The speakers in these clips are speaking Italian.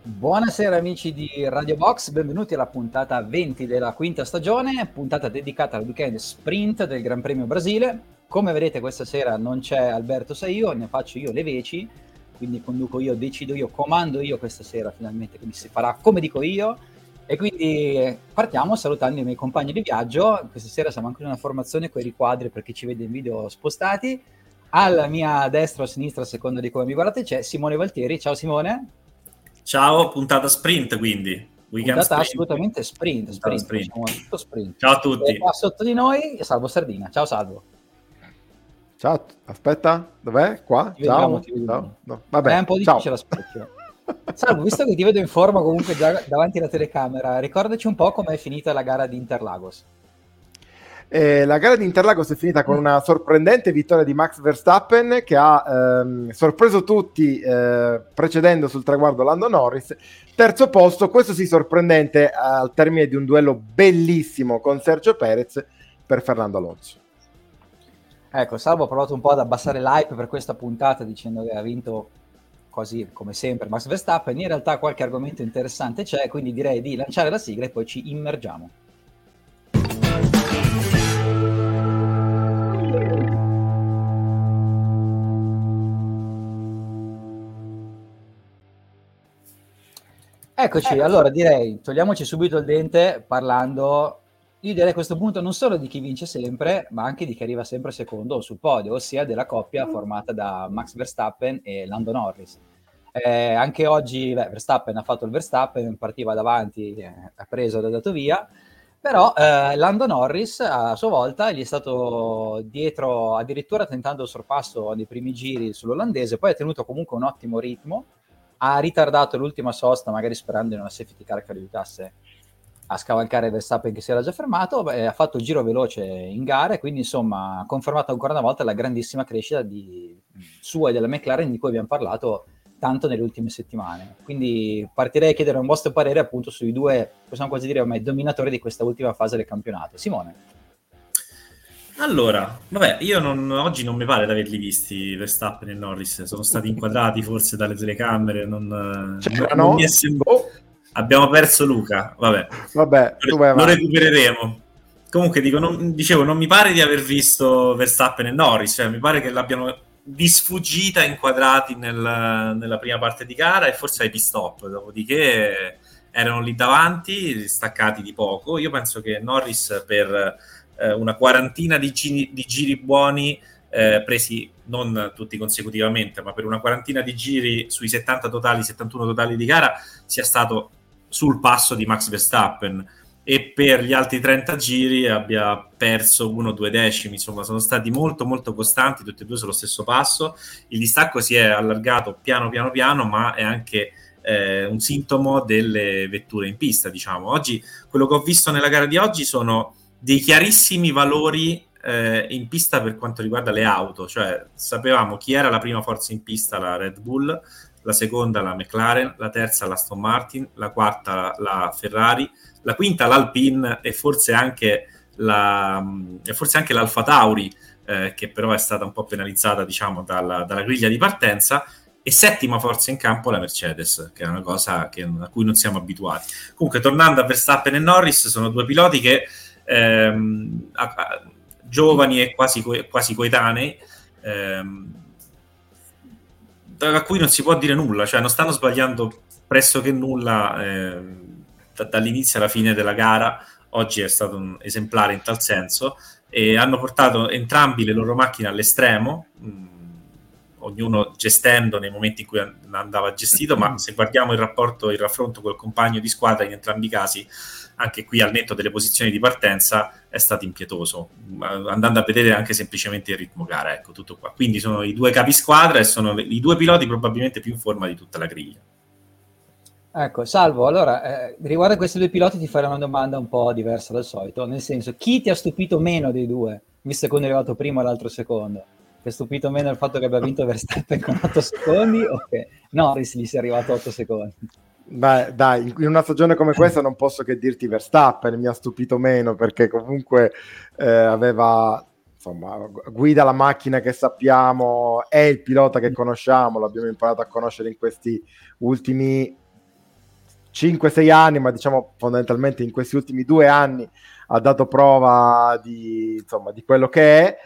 Buonasera amici di Radio Box, benvenuti alla puntata 20 della quinta stagione, puntata dedicata al weekend sprint del Gran Premio Brasile. Come vedete questa sera non c'è Alberto Saio, ne faccio io le veci, quindi conduco io, decido io, comando io questa sera finalmente, quindi si farà come dico io. E quindi partiamo salutando i miei compagni di viaggio. Questa sera siamo anche in una formazione con i riquadri per chi ci vede in video spostati. Alla mia destra o sinistra, a seconda di come mi guardate, c'è Simone Valtieri. Ciao Simone. Ciao, puntata sprint quindi, weekend Puntata sprint, assolutamente sprint, puntata sprint. facciamo tutto sprint. Ciao a E tutti. qua sotto di noi Salvo Sardina. Ciao Salvo. Ciao, aspetta, dov'è? Qua? Ti vediamo, Ciao? ti vediamo. Ciao? No, È vabbè, un po' ciao. difficile a specchio. Salvo, visto che ti vedo in forma comunque già davanti alla telecamera, ricordaci un po' com'è finita la gara di Interlagos. La gara di Interlagos è finita con una sorprendente vittoria di Max Verstappen che ha sorpreso tutti precedendo sul traguardo Lando Norris. Terzo posto, questo sì sorprendente al termine di un duello bellissimo con Sergio Perez per Fernando Alonso. Ecco, Salvo ha provato un po' ad abbassare l'hype per questa puntata dicendo che ha vinto così come sempre Max Verstappen. In realtà qualche argomento interessante c'è, quindi direi di lanciare la sigla e poi ci immergiamo. Eccoci, allora direi, togliamoci subito il dente parlando, io direi a questo punto non solo di chi vince sempre, ma anche di chi arriva sempre secondo sul podio, ossia della coppia formata da Max Verstappen e Lando Norris. Anche oggi Verstappen ha fatto il Verstappen, partiva davanti, ha preso ed è andato via, però Lando Norris a sua volta gli è stato dietro addirittura tentando il sorpasso nei primi giri sull'olandese, poi ha tenuto comunque un ottimo ritmo, ha ritardato l'ultima sosta magari sperando in una safety car che aiutasse a scavalcare Verstappen che si era già fermato, ha fatto il giro veloce in gara e quindi insomma ha confermato ancora una volta la grandissima crescita sua e della McLaren di cui abbiamo parlato tanto nelle ultime settimane. Quindi partirei a chiedere un vostro parere appunto sui due, possiamo quasi dire ormai, dominatori di questa ultima fase del campionato. Simone. Allora, vabbè, oggi non mi pare di averli visti Verstappen e Norris, sono stati inquadrati forse dalle telecamere, non mi è Abbiamo perso Luca, vabbè Tu vai lo avanti. recupereremo. Comunque dicevo, non mi pare di aver visto Verstappen e Norris, cioè mi pare che l'abbiano di sfuggita inquadrati nella prima parte di gara e forse ai pit stop, dopodiché erano lì davanti, staccati di poco. Io penso che Norris per una quarantina di giri buoni, presi non tutti consecutivamente, ma per una quarantina di giri sui 70 totali, 71 totali di gara, sia stato sul passo di Max Verstappen, e per gli altri 30 giri abbia perso 1-2 decimi, insomma sono stati molto molto costanti tutti e due sullo stesso passo. Il distacco si è allargato piano, ma è anche un sintomo delle vetture in pista, diciamo. Oggi, quello che ho visto nella gara di oggi sono dei chiarissimi valori in pista per quanto riguarda le auto, cioè sapevamo chi era la prima forza in pista, la Red Bull, la seconda la McLaren, la terza l'Aston Martin, la quarta la Ferrari, la quinta l'Alpine e forse anche l'Alfa Tauri, che però è stata un po' penalizzata, diciamo, dalla griglia di partenza, e settima forza in campo la Mercedes, che è una cosa a cui non siamo abituati. Comunque, tornando a Verstappen e Norris, sono due piloti che giovani e quasi coetanei, a cui non si può dire nulla, cioè non stanno sbagliando pressoché nulla dall'inizio alla fine della gara. Oggi è stato un esemplare in tal senso e hanno portato entrambi le loro macchine all'estremo, ognuno gestendo nei momenti in cui andava gestito, ma se guardiamo il raffronto col compagno di squadra in entrambi i casi, anche qui al netto delle posizioni di partenza è stato impietoso, andando a vedere anche semplicemente il ritmo gara, ecco, tutto qua. Quindi sono i due capisquadra e sono i due piloti probabilmente più in forma di tutta la griglia. Ecco, Salvo, allora, riguardo a questi due piloti ti farò una domanda un po' diversa dal solito, nel senso, chi ti ha stupito meno dei due, visto che uno è arrivato primo e l'altro secondo? Ti ha stupito meno il fatto che abbia vinto Verstappen con 8 secondi o che Norris gli sia arrivato 8 secondi? Beh, dai, in una stagione come questa non posso che dirti Verstappen mi ha stupito meno, perché comunque aveva, insomma, guida la macchina che sappiamo, è il pilota che conosciamo, l'abbiamo imparato a conoscere in questi ultimi 5-6 anni, ma diciamo fondamentalmente in questi ultimi 2 anni ha dato prova di quello che è.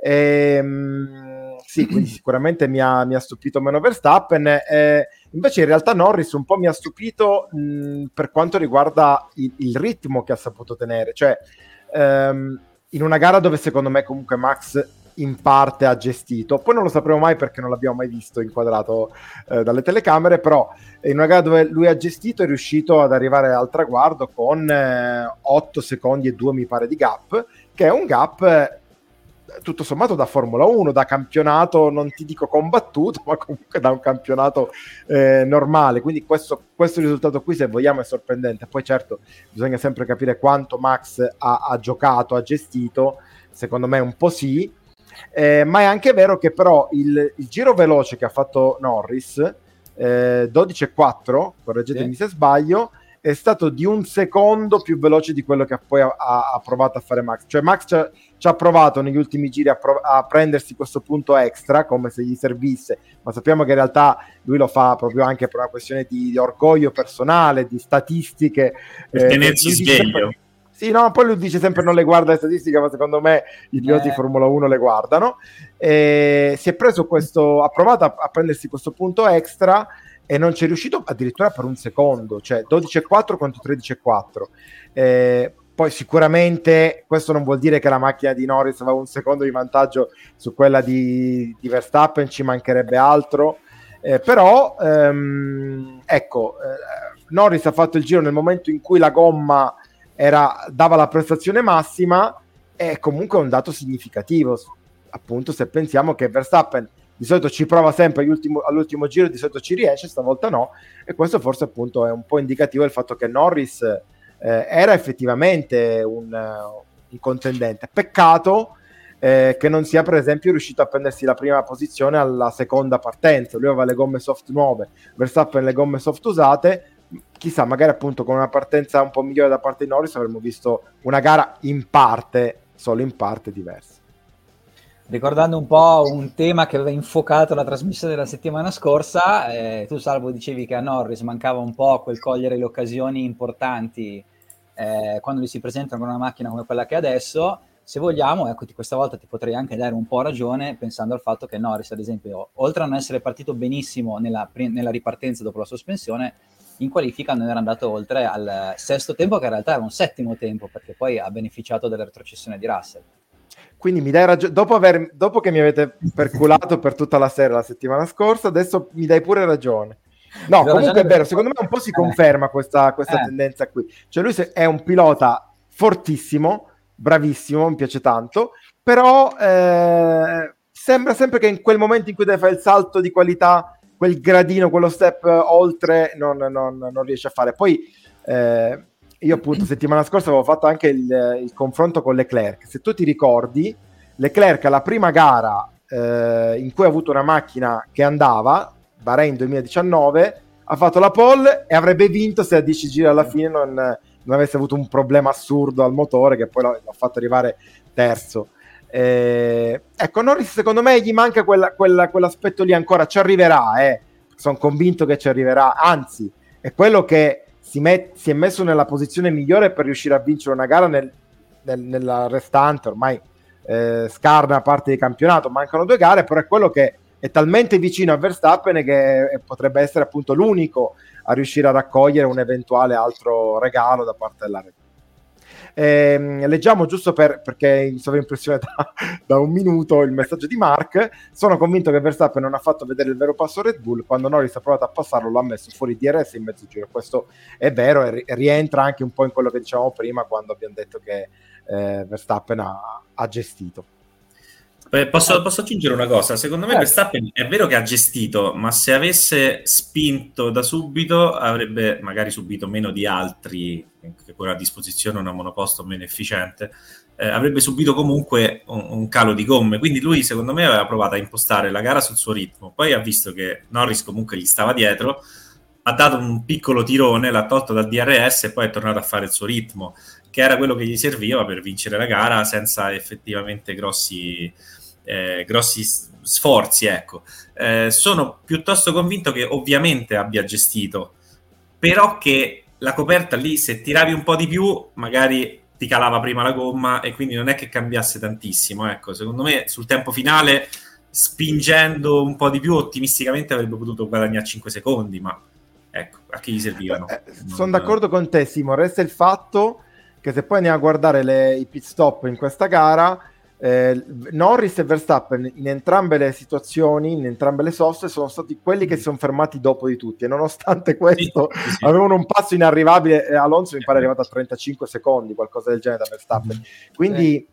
Sì, quindi sicuramente mi ha stupito meno Verstappen. Invece in realtà Norris un po' mi ha stupito per quanto riguarda il ritmo che ha saputo tenere, cioè in una gara dove secondo me comunque Max in parte ha gestito, poi non lo sapremo mai perché non l'abbiamo mai visto inquadrato dalle telecamere, però in una gara dove lui ha gestito è riuscito ad arrivare al traguardo con 8 secondi e 2 mi pare di gap, che è un gap tutto sommato da Formula 1, da campionato non ti dico combattuto, ma comunque da un campionato normale, quindi questo risultato qui, se vogliamo, è sorprendente. Poi certo bisogna sempre capire quanto Max ha giocato, ha gestito, secondo me un po' sì, ma è anche vero che però il giro veloce che ha fatto Norris, 12,4, correggetemi se sbaglio, è stato di 1 secondo più veloce di quello che poi ha provato a fare Max. Cioè Max ci ha provato negli ultimi giri a prendersi questo punto extra come se gli servisse, ma sappiamo che in realtà lui lo fa proprio anche per una questione di orgoglio personale, di statistiche, per tenersi sveglio. Sì, no, poi lui dice sempre non le guarda le statistiche, ma secondo me i piloti di Formula 1 le guardano. Si è preso ha provato a prendersi questo punto extra e non ci è riuscito addirittura per 1 secondo, cioè 12,4 contro 13,4. Poi sicuramente questo non vuol dire che la macchina di Norris aveva 1 secondo di vantaggio su quella di Verstappen, ci mancherebbe altro, però Norris ha fatto il giro nel momento in cui la gomma dava la prestazione massima, è comunque un dato significativo, appunto, se pensiamo che Verstappen di solito ci prova sempre all'ultimo giro, di solito ci riesce, stavolta no, e questo forse appunto è un po' indicativo del fatto che Norris era effettivamente un contendente. Peccato che non sia per esempio riuscito a prendersi la prima posizione alla seconda partenza. Lui aveva le gomme soft nuove, Verstappen le gomme soft usate. Chissà, magari appunto con una partenza un po' migliore da parte di Norris avremmo visto una gara solo in parte diversa. Ricordando un po' un tema che aveva infuocato la trasmissione della settimana scorsa, tu Salvo dicevi che a Norris mancava un po' quel cogliere le occasioni importanti quando gli si presentano con una macchina come quella che è adesso. Se vogliamo, ecco, questa volta ti potrei anche dare un po' ragione, pensando al fatto che Norris, ad esempio, oltre a non essere partito benissimo nella ripartenza dopo la sospensione, in qualifica non era andato oltre al sesto tempo, che in realtà era un settimo tempo, perché poi ha beneficiato della retrocessione di Russell. Quindi mi dai ragione, dopo che mi avete perculato per tutta la sera la settimana scorsa, adesso mi dai pure ragione. No, comunque è vero, secondo me un po' si conferma questa tendenza qui. Cioè lui è un pilota fortissimo, bravissimo, mi piace tanto, però sembra sempre che in quel momento in cui deve fare il salto di qualità, quel gradino, quello step oltre, non riesce a fare. Poi io appunto settimana scorsa avevo fatto anche il confronto con Leclerc. Se tu ti ricordi, Leclerc alla prima gara in cui ha avuto una macchina che andava, Bahrain 2019, ha fatto la pole e avrebbe vinto se a 10 giri alla fine non avesse avuto un problema assurdo al motore che poi l'ha fatto arrivare terzo. Ecco, Norris secondo me gli manca quell'aspetto lì ancora, ci arriverà, sono convinto che ci arriverà, anzi è quello che si è messo nella posizione migliore per riuscire a vincere una gara nella restante, ormai scarna parte di campionato, mancano 2 gare, però è quello che è talmente vicino a Verstappen che potrebbe essere appunto l'unico a riuscire a raccogliere un eventuale altro regalo da parte della Red Bull. Leggiamo giusto perché in sovraimpressione da 1 minuto il messaggio di Mark. Sono convinto che Verstappen non ha fatto vedere il vero passo Red Bull. Quando Norris ha provato a passarlo l'ha messo fuori DRS in mezzo giro. Questo è vero e rientra anche un po' in quello che dicevamo prima quando abbiamo detto che Verstappen ha gestito. Posso aggiungere una cosa? Secondo me Verstappen è vero che ha gestito, ma se avesse spinto da subito avrebbe magari subito meno di altri che poi ha a disposizione una monoposto meno efficiente, avrebbe subito comunque un calo di gomme, quindi lui secondo me aveva provato a impostare la gara sul suo ritmo, poi ha visto che Norris comunque gli stava dietro, ha dato un piccolo tirone, l'ha tolto dal DRS e poi è tornato a fare il suo ritmo, che era quello che gli serviva per vincere la gara senza effettivamente grossi sforzi, ecco. Sono piuttosto convinto che ovviamente abbia gestito, però che la coperta lì, se tiravi un po' di più, magari ti calava prima la gomma e quindi non è che cambiasse tantissimo. Ecco, secondo me sul tempo finale, spingendo un po' di più, ottimisticamente avrebbe potuto guadagnare 5 secondi, ma ecco, a chi gli servivano? Sono d'accordo con te, Simo. Resta il fatto che se poi andiamo a guardare i pit stop in questa gara, Norris e Verstappen in entrambe le situazioni, in entrambe le soste, sono stati quelli che si sono fermati dopo di tutti, e nonostante questo sì. Avevano un passo inarrivabile. Alonso mi pare è arrivato a 35 secondi, qualcosa del genere da Verstappen, quindi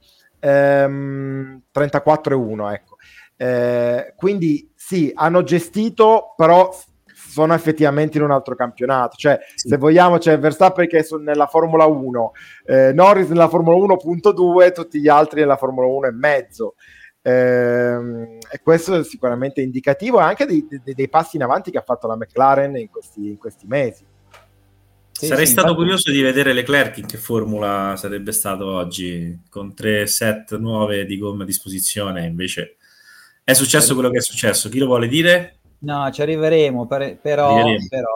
34,1, ecco. Quindi sì, hanno gestito, però sono effettivamente in un altro campionato, cioè se vogliamo c'è Verstappen che è nella Formula 1, Norris nella Formula 1.2, tutti gli altri nella Formula 1,5, e questo è sicuramente indicativo anche dei passi in avanti che ha fatto la McLaren in questi mesi. Sarei stato curioso di vedere Leclerc in che formula sarebbe stato oggi, con 3 set nuove di gomme a disposizione. Invece è successo quello che è successo. Chi lo vuole dire? No, ci arriveremo, però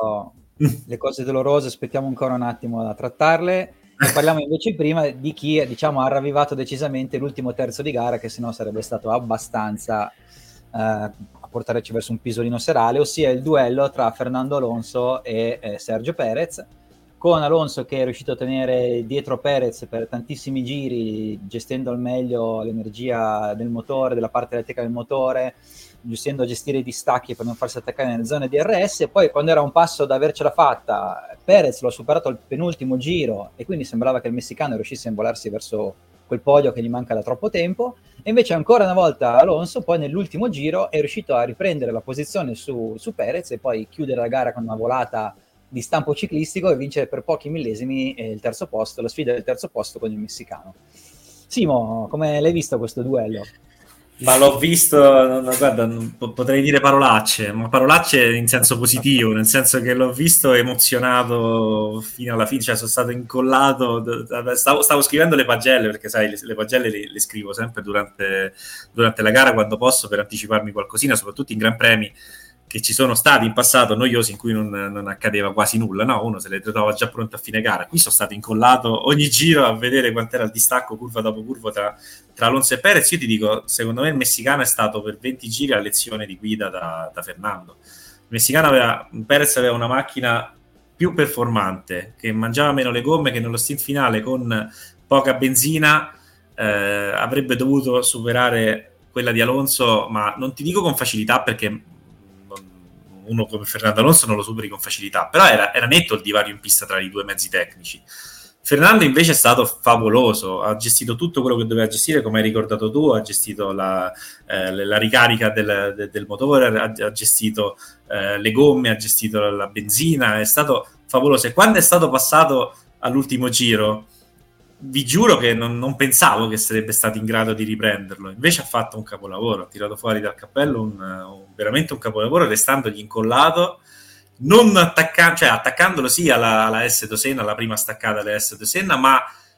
le cose dolorose aspettiamo ancora un attimo da trattarle. E parliamo invece prima di chi, diciamo, ha ravvivato decisamente l'ultimo terzo di gara, che sennò sarebbe stato abbastanza a portarci verso un pisolino serale, ossia il duello tra Fernando Alonso e Sergio Perez, con Alonso che è riuscito a tenere dietro Perez per tantissimi giri, gestendo al meglio l'energia del motore, della parte elettrica del motore, riuscendo a gestire i distacchi per non farsi attaccare nelle zone DRS. E poi, quando era un passo da avercela fatta, Perez lo ha superato al penultimo giro e quindi sembrava che il messicano riuscisse a involarsi verso quel podio che gli manca da troppo tempo, e invece ancora una volta Alonso poi nell'ultimo giro è riuscito a riprendere la posizione su Perez e poi chiudere la gara con una volata di stampo ciclistico e vincere per pochi millesimi il terzo posto, la sfida del terzo posto con il messicano. Simo, come l'hai visto questo duello? Ma l'ho visto, guarda, potrei dire parolacce, ma parolacce in senso positivo, nel senso che l'ho visto emozionato fino alla fine, cioè sono stato incollato, stavo scrivendo le pagelle, perché sai, le pagelle le scrivo sempre durante la gara quando posso, per anticiparmi qualcosina, soprattutto in Gran Premi che ci sono stati in passato noiosi, in cui non accadeva quasi nulla, no? Uno se le trovava già pronto a fine gara. Qui sono stato incollato ogni giro a vedere quant'era il distacco curva dopo curva tra Alonso e Perez. Io ti dico, secondo me il messicano è stato per 20 giri la lezione di guida da Fernando. Il messicano Perez aveva una macchina più performante, che mangiava meno le gomme, che nello stint finale con poca benzina avrebbe dovuto superare quella di Alonso, ma non ti dico con facilità, perché uno come Fernando Alonso non lo superi con facilità, però era netto il divario in pista tra i due mezzi tecnici. Fernando invece è stato favoloso, ha gestito tutto quello che doveva gestire, come hai ricordato tu, ha gestito la ricarica del motore, ha gestito le gomme, ha gestito la benzina, è stato favoloso. E quando è stato passato all'ultimo giro, vi giuro che non pensavo che sarebbe stato in grado di riprenderlo, invece ha fatto un capolavoro, ha tirato fuori dal cappello veramente un capolavoro, restandogli incollato, non attaccandolo sì alla S Dosenna, alla prima staccata della S Dosenna, ma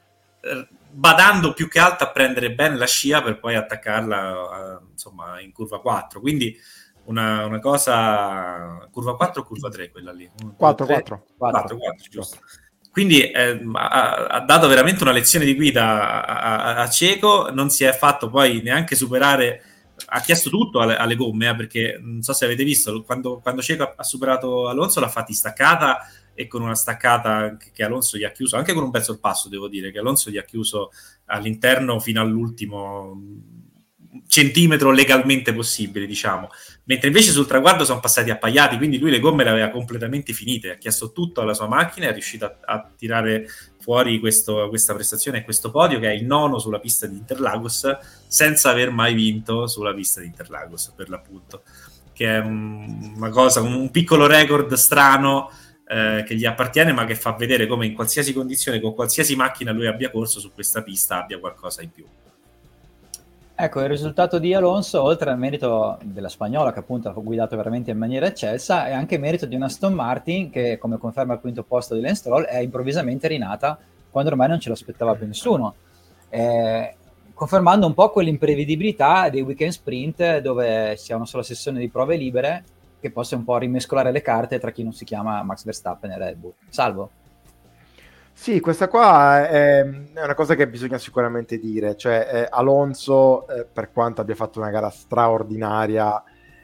badando più che altro a prendere bene la scia per poi attaccarla insomma in curva 4, quindi una cosa, curva 4 o curva 3 quella lì? 4, giusto. Quindi ha dato veramente una lezione di guida a Checo, non si è fatto poi neanche superare, ha chiesto tutto alle gomme, perché non so se avete visto, quando Checo ha superato Alonso l'ha fatta in staccata, e con una staccata che Alonso gli ha chiuso, anche con un bel sorpasso devo dire, che Alonso gli ha chiuso all'interno fino all'ultimo centimetro legalmente possibile, diciamo, mentre invece sul traguardo sono passati appaiati, quindi lui le gomme le aveva completamente finite, ha chiesto tutto alla sua macchina e è riuscito a tirare fuori questa prestazione e questo podio, che è il 9° sulla pista di Interlagos, senza aver mai vinto sulla pista di Interlagos, per l'appunto, che è una cosa, un piccolo record strano che gli appartiene, ma che fa vedere come in qualsiasi condizione, con qualsiasi macchina lui abbia corso su questa pista, abbia qualcosa in più. Ecco, il risultato di Alonso, oltre al merito della spagnola, che appunto ha guidato veramente in maniera eccelsa, è anche merito di una Aston Martin che, come conferma il quinto posto di Lance Stroll, è improvvisamente rinata quando ormai non ce l'aspettava più nessuno, confermando un po' quell'imprevedibilità dei weekend sprint, dove si ha una sola sessione di prove libere che possa un po' rimescolare le carte tra chi non si chiama Max Verstappen e Red Bull. Salvo. Sì, questa qua è una cosa che bisogna sicuramente dire, cioè Alonso, per quanto abbia fatto una gara straordinaria,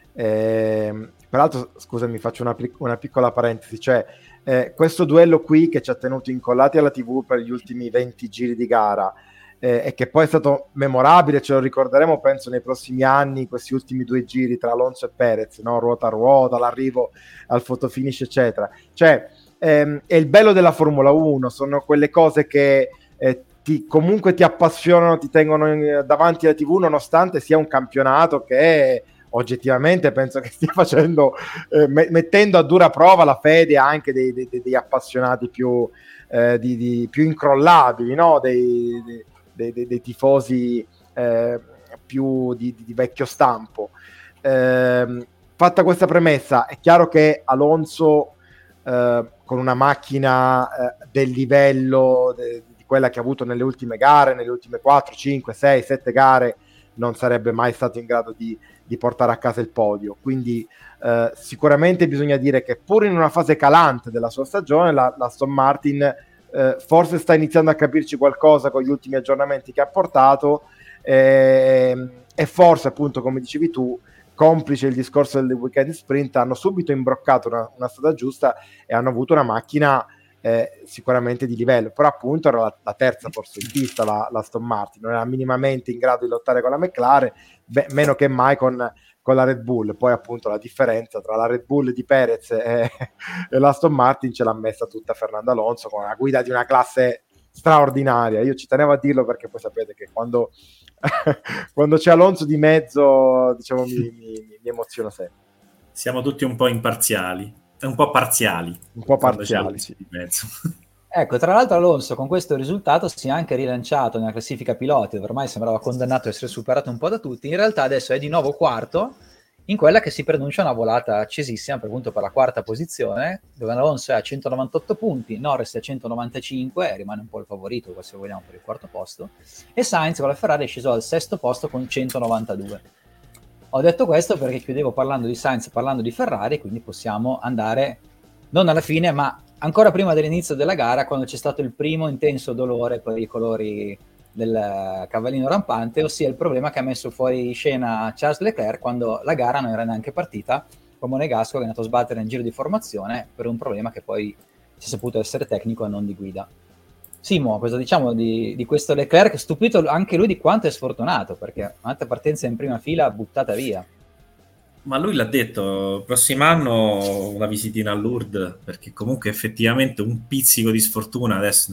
peraltro, scusami, faccio una piccola parentesi, cioè questo duello qui che ci ha tenuto incollati alla TV per gli ultimi 20 giri di gara, e che poi è stato memorabile, ce lo ricorderemo penso nei prossimi anni, questi ultimi 2 giri tra Alonso e Perez, no? Ruota a ruota, l'arrivo al fotofinish eccetera, cioè è il bello della Formula 1, sono quelle cose che comunque ti appassionano, ti tengono davanti alla TV, nonostante sia un campionato che oggettivamente penso che stia facendo, mettendo a dura prova la fede anche degli appassionati più incrollabili, no? dei tifosi più di vecchio stampo. Fatta questa premessa, è chiaro che Alonso con una macchina del livello di quella che ha avuto nelle ultime gare, nelle ultime 4, 5, 6, 7 gare, non sarebbe mai stato in grado di portare a casa il podio. Quindi sicuramente bisogna dire che pur in una fase calante della sua stagione, la Aston Martin forse sta iniziando a capirci qualcosa con gli ultimi aggiornamenti che ha portato, e forse appunto, come dicevi tu, complice il discorso del weekend sprint, hanno subito imbroccato una strada giusta e hanno avuto una macchina sicuramente di livello, però appunto era la terza forse in pista la Aston Martin, non era minimamente in grado di lottare con la McLaren, meno che mai con la Red Bull. Poi appunto la differenza tra la Red Bull di Perez e l'Aston Martin ce l'ha messa tutta Fernando Alonso, con una guida di una classe straordinaria. Io ci tenevo a dirlo perché poi sapete che quando c'è Alonso di mezzo, diciamo, mi emoziona sempre. Siamo tutti un po' imparziali, un po' parziali. Sì. Di mezzo. Ecco, tra l'altro Alonso con questo risultato si è anche rilanciato nella classifica piloti, dove ormai sembrava condannato a essere superato un po' da tutti. In realtà adesso è di nuovo quarto in quella che si preannuncia una volata accesissima, per appunto per la quarta posizione, dove Alonso è a 198 punti, Norris è a 195, rimane un po' il favorito, se vogliamo, per il quarto posto, e Sainz con la Ferrari è sceso al sesto posto con 192. Ho detto questo perché chiudevo parlando di Sainz, parlando di Ferrari, quindi possiamo andare non alla fine, ma ancora prima dell'inizio della gara, quando c'è stato il primo intenso dolore per i colori del cavallino rampante, ossia il problema che ha messo fuori scena Charles Leclerc quando la gara non era neanche partita, con Monegasco che è andato a sbattere in giro di formazione per un problema che poi si è saputo essere tecnico e non di guida. Simo, cosa diciamo di questo Leclerc, stupito anche lui di quanto è sfortunato, perché un'altra partenza in prima fila buttata via. Ma lui l'ha detto, prossimo anno una visitina a Lourdes, perché comunque effettivamente un pizzico di sfortuna adesso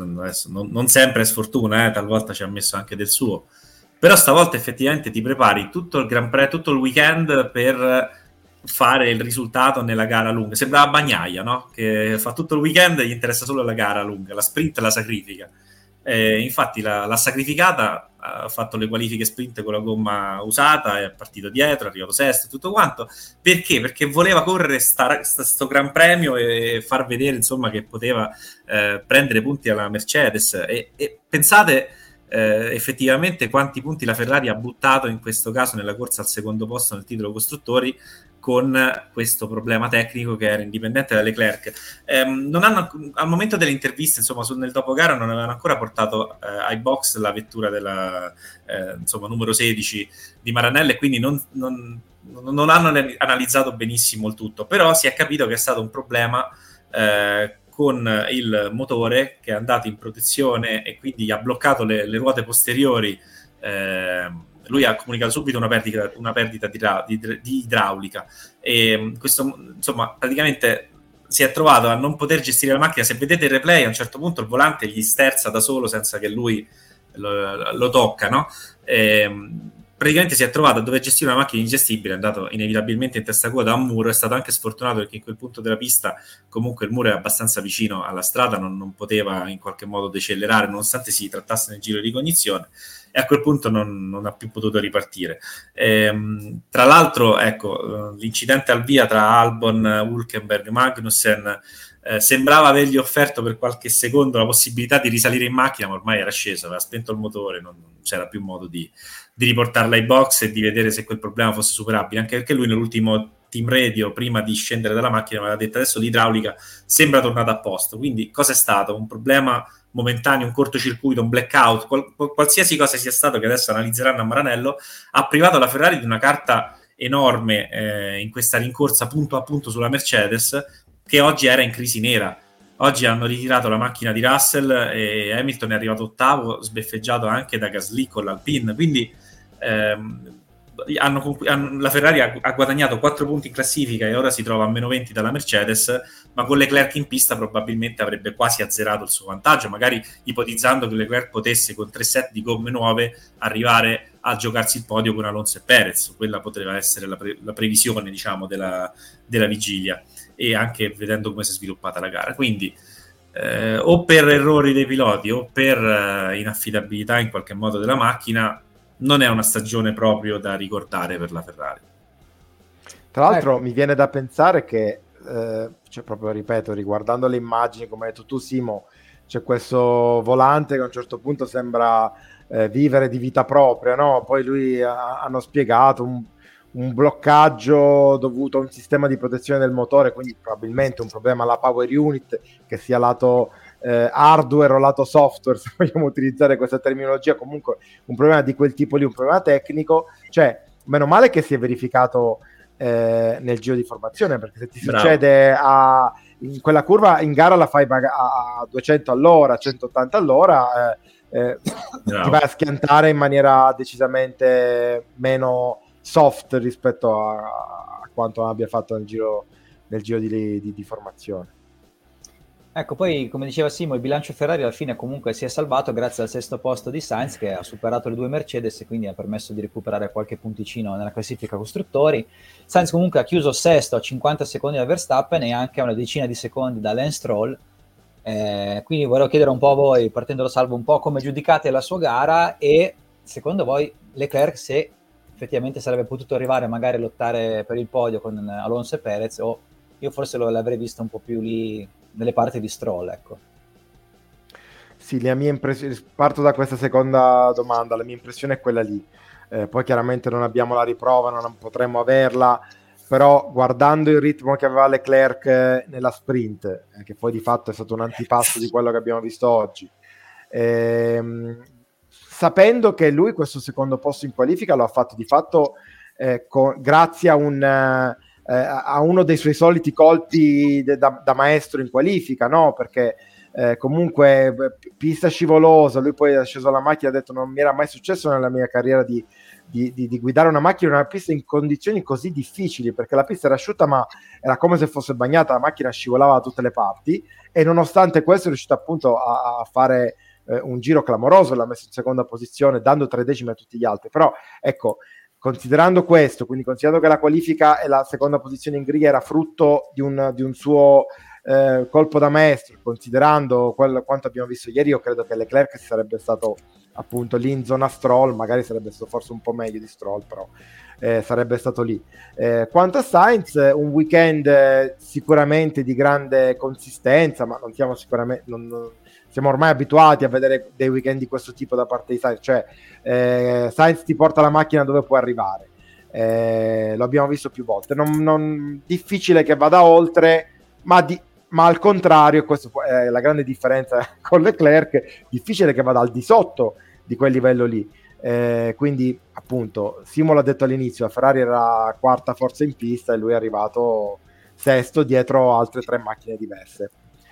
non sempre è sfortuna, talvolta ci ha messo anche del suo, però stavolta effettivamente ti prepari tutto il Gran Premio, tutto il weekend per fare il risultato nella gara lunga. Sembrava Bagnaia, no? Che fa tutto il weekend e gli interessa solo la gara lunga, la sprint la sacrifica. Infatti l'ha sacrificata, ha fatto le qualifiche sprint con la gomma usata, è partito dietro, è arrivato sesto e tutto quanto. Perché? Perché voleva correre sto Gran Premio e far vedere, insomma, che poteva prendere punti alla Mercedes, e pensate effettivamente quanti punti la Ferrari ha buttato in questo caso nella corsa al secondo posto nel titolo costruttori, con questo problema tecnico che era indipendente da Leclerc. Non hanno, al momento delle interviste, insomma, nel dopogara non avevano ancora portato ai box la vettura della insomma, numero 16 di Maranello, e quindi non hanno analizzato benissimo il tutto, però si è capito che è stato un problema con il motore che è andato in protezione e quindi ha bloccato le ruote posteriori. Lui ha comunicato subito una perdita di idraulica, e questo, insomma, praticamente si è trovato a non poter gestire la macchina. Se vedete il replay, a un certo punto il volante gli sterza da solo senza che lui lo tocca, no? Praticamente si è trovato a dover gestire una macchina ingestibile, è andato inevitabilmente in testa a coda a un muro. È stato anche sfortunato perché in quel punto della pista comunque il muro è abbastanza vicino alla strada, non poteva in qualche modo decelerare nonostante si trattasse nel giro di ricognizione, e a quel punto non ha più potuto ripartire. Tra l'altro, ecco, l'incidente al via tra Albon, Hülkenberg, Magnussen sembrava avergli offerto per qualche secondo la possibilità di risalire in macchina, ma ormai era sceso, aveva spento il motore, non c'era più modo di riportarla ai box e di vedere se quel problema fosse superabile, anche perché lui nell'ultimo team radio prima di scendere dalla macchina mi aveva detto adesso l'idraulica sembra tornata a posto, quindi cosa è stato? Un problema momentaneo, un cortocircuito, un blackout, qualsiasi cosa sia stato che adesso analizzeranno a Maranello, ha privato la Ferrari di una carta enorme in questa rincorsa punto a punto sulla Mercedes, che oggi era in crisi nera. Oggi hanno ritirato la macchina di Russell e Hamilton è arrivato ottavo, sbeffeggiato anche da Gasly con l'Alpine, quindi la Ferrari ha guadagnato 4 punti in classifica e ora si trova a meno 20 dalla Mercedes, ma con Leclerc in pista probabilmente avrebbe quasi azzerato il suo vantaggio, magari ipotizzando che Leclerc potesse con 3 set di gomme nuove arrivare a giocarsi il podio con Alonso e Perez. Quella poteva essere la previsione, diciamo, della vigilia, e anche vedendo come si è sviluppata la gara. Quindi o per errori dei piloti o per inaffidabilità in qualche modo della macchina, non è una stagione proprio da ricordare per la Ferrari. Tra l'altro mi viene da pensare che cioè proprio, ripeto, riguardando le immagini, come hai detto tu Simo, c'è questo volante che a un certo punto sembra vivere di vita propria, no? Poi lui hanno spiegato un bloccaggio dovuto a un sistema di protezione del motore, quindi probabilmente un problema alla power unit, che sia lato hardware o lato software, se vogliamo utilizzare questa terminologia, comunque un problema di quel tipo lì, un problema tecnico. Cioè, meno male che si è verificato nel giro di formazione, perché se ti succede in quella curva in gara la fai a 200 all'ora, 180 all'ora, ti vai a schiantare in maniera decisamente meno soft rispetto a quanto abbia fatto nel giro di formazione. Ecco, poi come diceva Simo, il bilancio Ferrari alla fine comunque si è salvato grazie al 6° posto di Sainz, che ha superato le 2 Mercedes e quindi ha permesso di recuperare qualche punticino nella classifica costruttori. Sainz comunque ha chiuso 6° a 50 secondi da Verstappen e anche a una decina di secondi da Lance Stroll. Quindi volevo chiedere un po' a voi, partendo da Salvo, un po' come giudicate la sua gara, e secondo voi Leclerc se effettivamente sarebbe potuto arrivare magari a lottare per il podio con Alonso e Perez, o io forse l'avrei visto un po' più lì nelle parti di Stroll, ecco. Sì, la mia impressione, parto da questa seconda domanda, la mia impressione è quella lì. Poi chiaramente non abbiamo la riprova, non potremmo averla, però guardando il ritmo che aveva Leclerc nella sprint, che poi di fatto è stato un antipasto di quello che abbiamo visto oggi, sapendo che lui questo secondo posto in qualifica lo ha fatto di fatto grazie a uno dei suoi soliti colpi da maestro in qualifica, no? Perché comunque pista scivolosa, lui poi è sceso alla macchina e ha detto non mi era mai successo nella mia carriera di guidare una macchina in una pista in condizioni così difficili, perché la pista era asciutta ma era come se fosse bagnata, la macchina scivolava da tutte le parti, e nonostante questo è riuscito appunto a fare un giro clamoroso, l'ha messo in seconda posizione dando 3 decimi a tutti gli altri. Però ecco, considerando questo, quindi considerando che la qualifica e la seconda posizione in griglia era frutto di un suo colpo da maestro, considerando quanto abbiamo visto ieri, io credo che Leclerc sarebbe stato appunto lì in zona Stroll, magari sarebbe stato forse un po' meglio di Stroll, però sarebbe stato lì. Quanto a Sainz, un weekend sicuramente di grande consistenza, ma non siamo sicuramente... siamo ormai abituati a vedere dei weekend di questo tipo da parte di Sainz, cioè Sainz ti porta la macchina dove può arrivare, lo abbiamo visto più volte, difficile che vada oltre, ma al contrario, questa è la grande differenza con Leclerc, difficile che vada al di sotto di quel livello lì. Quindi appunto Simo l'ha detto all'inizio, la Ferrari era quarta forza in pista e lui è arrivato sesto dietro altre 3 macchine diverse.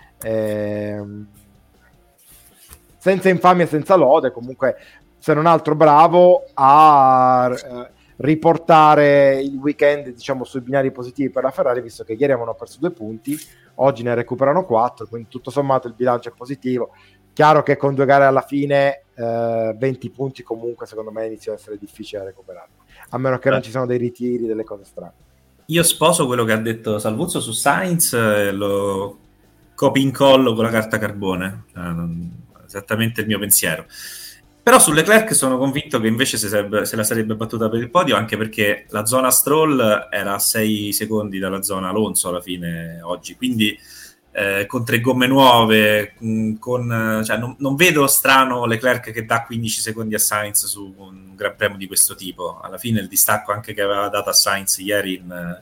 Senza infamia, senza lode, comunque se non altro bravo a riportare il weekend, diciamo, sui binari positivi per la Ferrari, visto che ieri avevano perso 2 punti, oggi ne recuperano 4, quindi tutto sommato il bilancio è positivo. Chiaro che con 2 gare alla fine 20 punti comunque secondo me inizia a essere difficile da recuperare, a meno che non ci siano dei ritiri, delle cose strane. Io sposo quello che ha detto Salvuzzo su Sainz, lo copy incollo con la carta carbone, esattamente il mio pensiero. Però su Leclerc sono convinto che invece se la sarebbe battuta per il podio, anche perché la zona Stroll era a 6 secondi dalla zona Alonso alla fine oggi, quindi con 3 gomme nuove, cioè non vedo strano Leclerc che dà 15 secondi a Sainz su un Gran Premio di questo tipo. Alla fine il distacco anche che aveva dato a Sainz ieri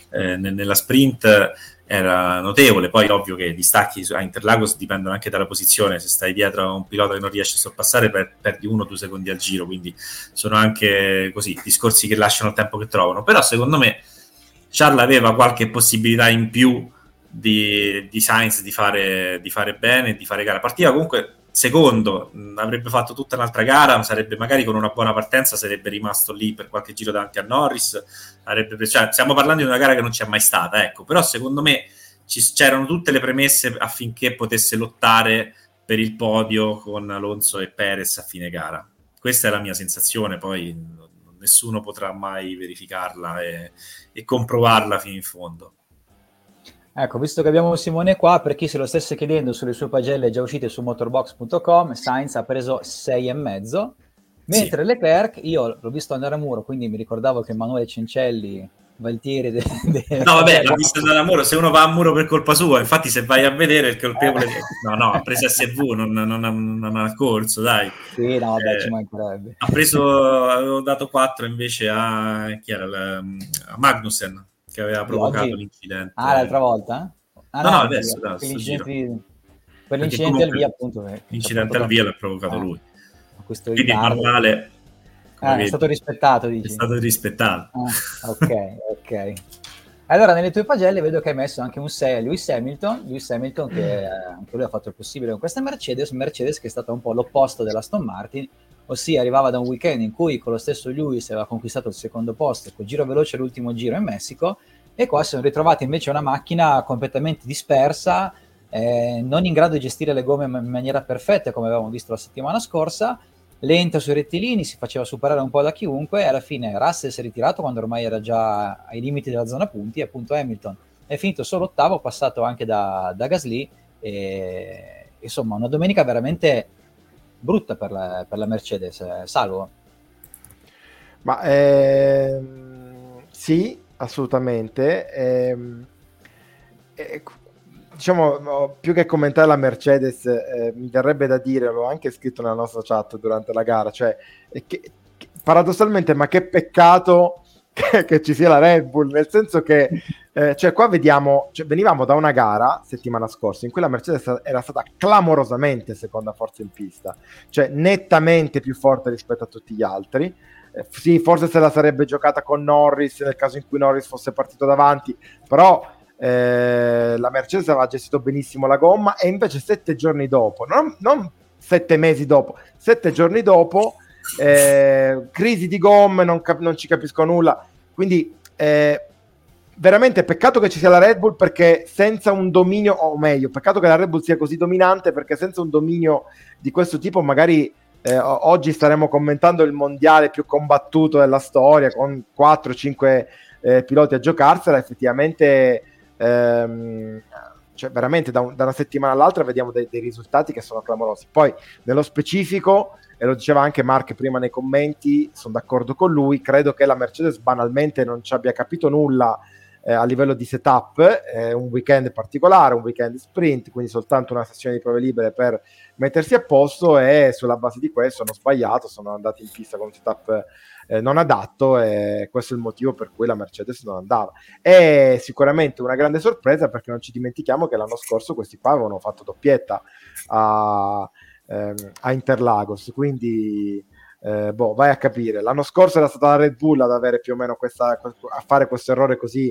nella sprint era notevole. Poi ovvio che i distacchi a Interlagos dipendono anche dalla posizione, se stai dietro a un pilota che non riesce a sorpassare perdi 1 o 2 secondi al giro, quindi sono anche così discorsi che lasciano il tempo che trovano. Però secondo me Charles aveva qualche possibilità in più di Sainz di fare bene, di fare gara. Partiva comunque secondo, avrebbe fatto tutta un'altra gara, sarebbe magari con una buona partenza sarebbe rimasto lì per qualche giro davanti a Norris, cioè, stiamo parlando di una gara che non c'è mai stata, ecco. Però secondo me c'erano tutte le premesse affinché potesse lottare per il podio con Alonso e Perez a fine gara. Questa è la mia sensazione, poi nessuno potrà mai verificarla e comprovarla fino in fondo. Ecco, visto che abbiamo Simone qua, per chi se lo stesse chiedendo, sulle sue pagelle già uscite su motorbox.com, Sainz ha preso 6,5, mentre sì. Leclerc, io l'ho visto andare a muro, quindi mi ricordavo che Emanuele Cencelli, Valtieri... No, vabbè, l'ho visto andare a muro, se uno va a muro per colpa sua, infatti se vai a vedere il colpevole... No, ha preso SV, non ha corso, dai. Sì, no, vabbè, ci mancherebbe. Avevo dato 4 invece a Magnussen, che aveva provocato l'incidente. Ah, l'altra volta? No, adesso per l'incidente al via, appunto. L'incidente al via l'ha provocato lui. Quindi il manuale è stato rispettato, dici? È stato rispettato. Ok. Allora, nelle tue pagelle vedo che hai messo anche un 6 a Lewis Hamilton che anche lui ha fatto il possibile con questa Mercedes che è stata un po' l'opposto dell'Aston Martin, ossia arrivava da un weekend in cui con lo stesso Lewis aveva conquistato il secondo posto, col giro veloce l'ultimo giro in Messico, e qua si sono ritrovati invece una macchina completamente dispersa, non in grado di gestire le gomme in maniera perfetta come avevamo visto la settimana scorsa, lenta sui rettilini, si faceva superare un po' da chiunque, e alla fine Russell si è ritirato quando ormai era già ai limiti della zona punti, e appunto Hamilton è finito solo ottavo, passato anche da Gasly, e insomma una domenica veramente brutta per la Mercedes, Salvo? Ma sì, assolutamente. Diciamo, più che commentare la Mercedes, mi verrebbe da dire, l'ho anche scritto nella nostra chat durante la gara, cioè paradossalmente, ma che peccato che ci sia la Red Bull, nel senso che cioè qua vediamo, venivamo da una gara settimana scorsa in cui la Mercedes era stata clamorosamente seconda forza in pista, cioè nettamente più forte rispetto a tutti gli altri. Sì, forse se la sarebbe giocata con Norris nel caso in cui Norris fosse partito davanti, però la Mercedes aveva gestito benissimo la gomma, e invece 7 giorni dopo, non 7 mesi dopo, 7 giorni dopo, crisi di gomme, non ci capisco nulla, quindi veramente peccato che ci sia la Red Bull, perché senza un dominio, o meglio, peccato che la Red Bull sia così dominante, perché senza un dominio di questo tipo magari oggi staremo commentando il mondiale più combattuto della storia, con 4-5 piloti a giocarsela. Effettivamente cioè veramente da una settimana all'altra vediamo dei risultati che sono clamorosi. Poi nello specifico, e lo diceva anche Mark prima nei commenti, sono d'accordo con lui, credo che la Mercedes banalmente non ci abbia capito nulla a livello di setup, un weekend particolare, un weekend sprint, quindi soltanto una sessione di prove libere per mettersi a posto, e sulla base di questo hanno sbagliato, sono andati in pista con un setup non adatto, e questo è il motivo per cui la Mercedes non andava. È sicuramente una grande sorpresa, perché non ci dimentichiamo che l'anno scorso questi qua avevano fatto doppietta a Interlagos, quindi vai a capire. L'anno scorso era stata la Red Bull ad avere più o meno a fare questo errore così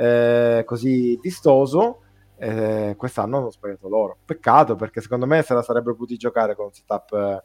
vistoso. Quest'anno hanno sbagliato loro. Peccato, perché secondo me se la sarebbero potuti giocare con un setup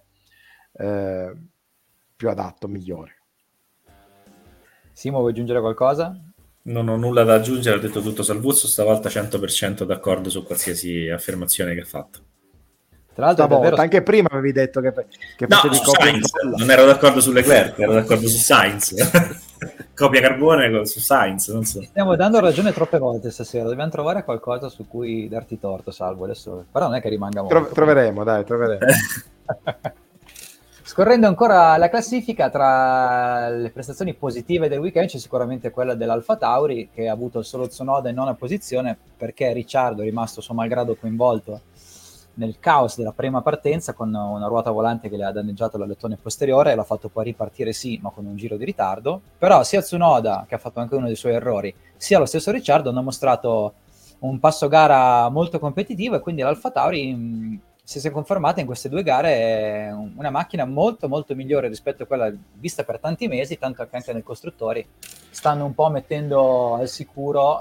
più adatto, migliore. Simo, vuoi aggiungere qualcosa? Non ho nulla da aggiungere, ho detto tutto Salvuzzo, stavolta 100% d'accordo su qualsiasi affermazione che ha fatto. Tra l'altro davvero... anche prima avevi detto che no, su Sainz, non ero d'accordo su Leclerc, ero d'accordo su Sainz. Copia carbone su Sainz, non so. Stiamo dando ragione troppe volte stasera, dobbiamo trovare qualcosa su cui darti torto, Salvo, adesso, però non è che rimanga molto. Troveremo. Scorrendo ancora la classifica, tra le prestazioni positive del weekend c'è sicuramente quella dell'Alfa Tauri, che ha avuto solo Tsunoda in nona posizione, perché Ricciardo è rimasto suo malgrado coinvolto nel caos della prima partenza con una ruota volante che le ha danneggiato l'alettone posteriore e l'ha fatto poi ripartire sì, ma con un giro di ritardo. Però sia Tsunoda, che ha fatto anche uno dei suoi errori, sia lo stesso Ricciardo hanno mostrato un passo gara molto competitivo, e quindi l'AlphaTauri si è confermata in queste 2 gare una macchina molto molto migliore rispetto a quella vista per tanti mesi, tanto che anche nei costruttori stanno un po' mettendo al sicuro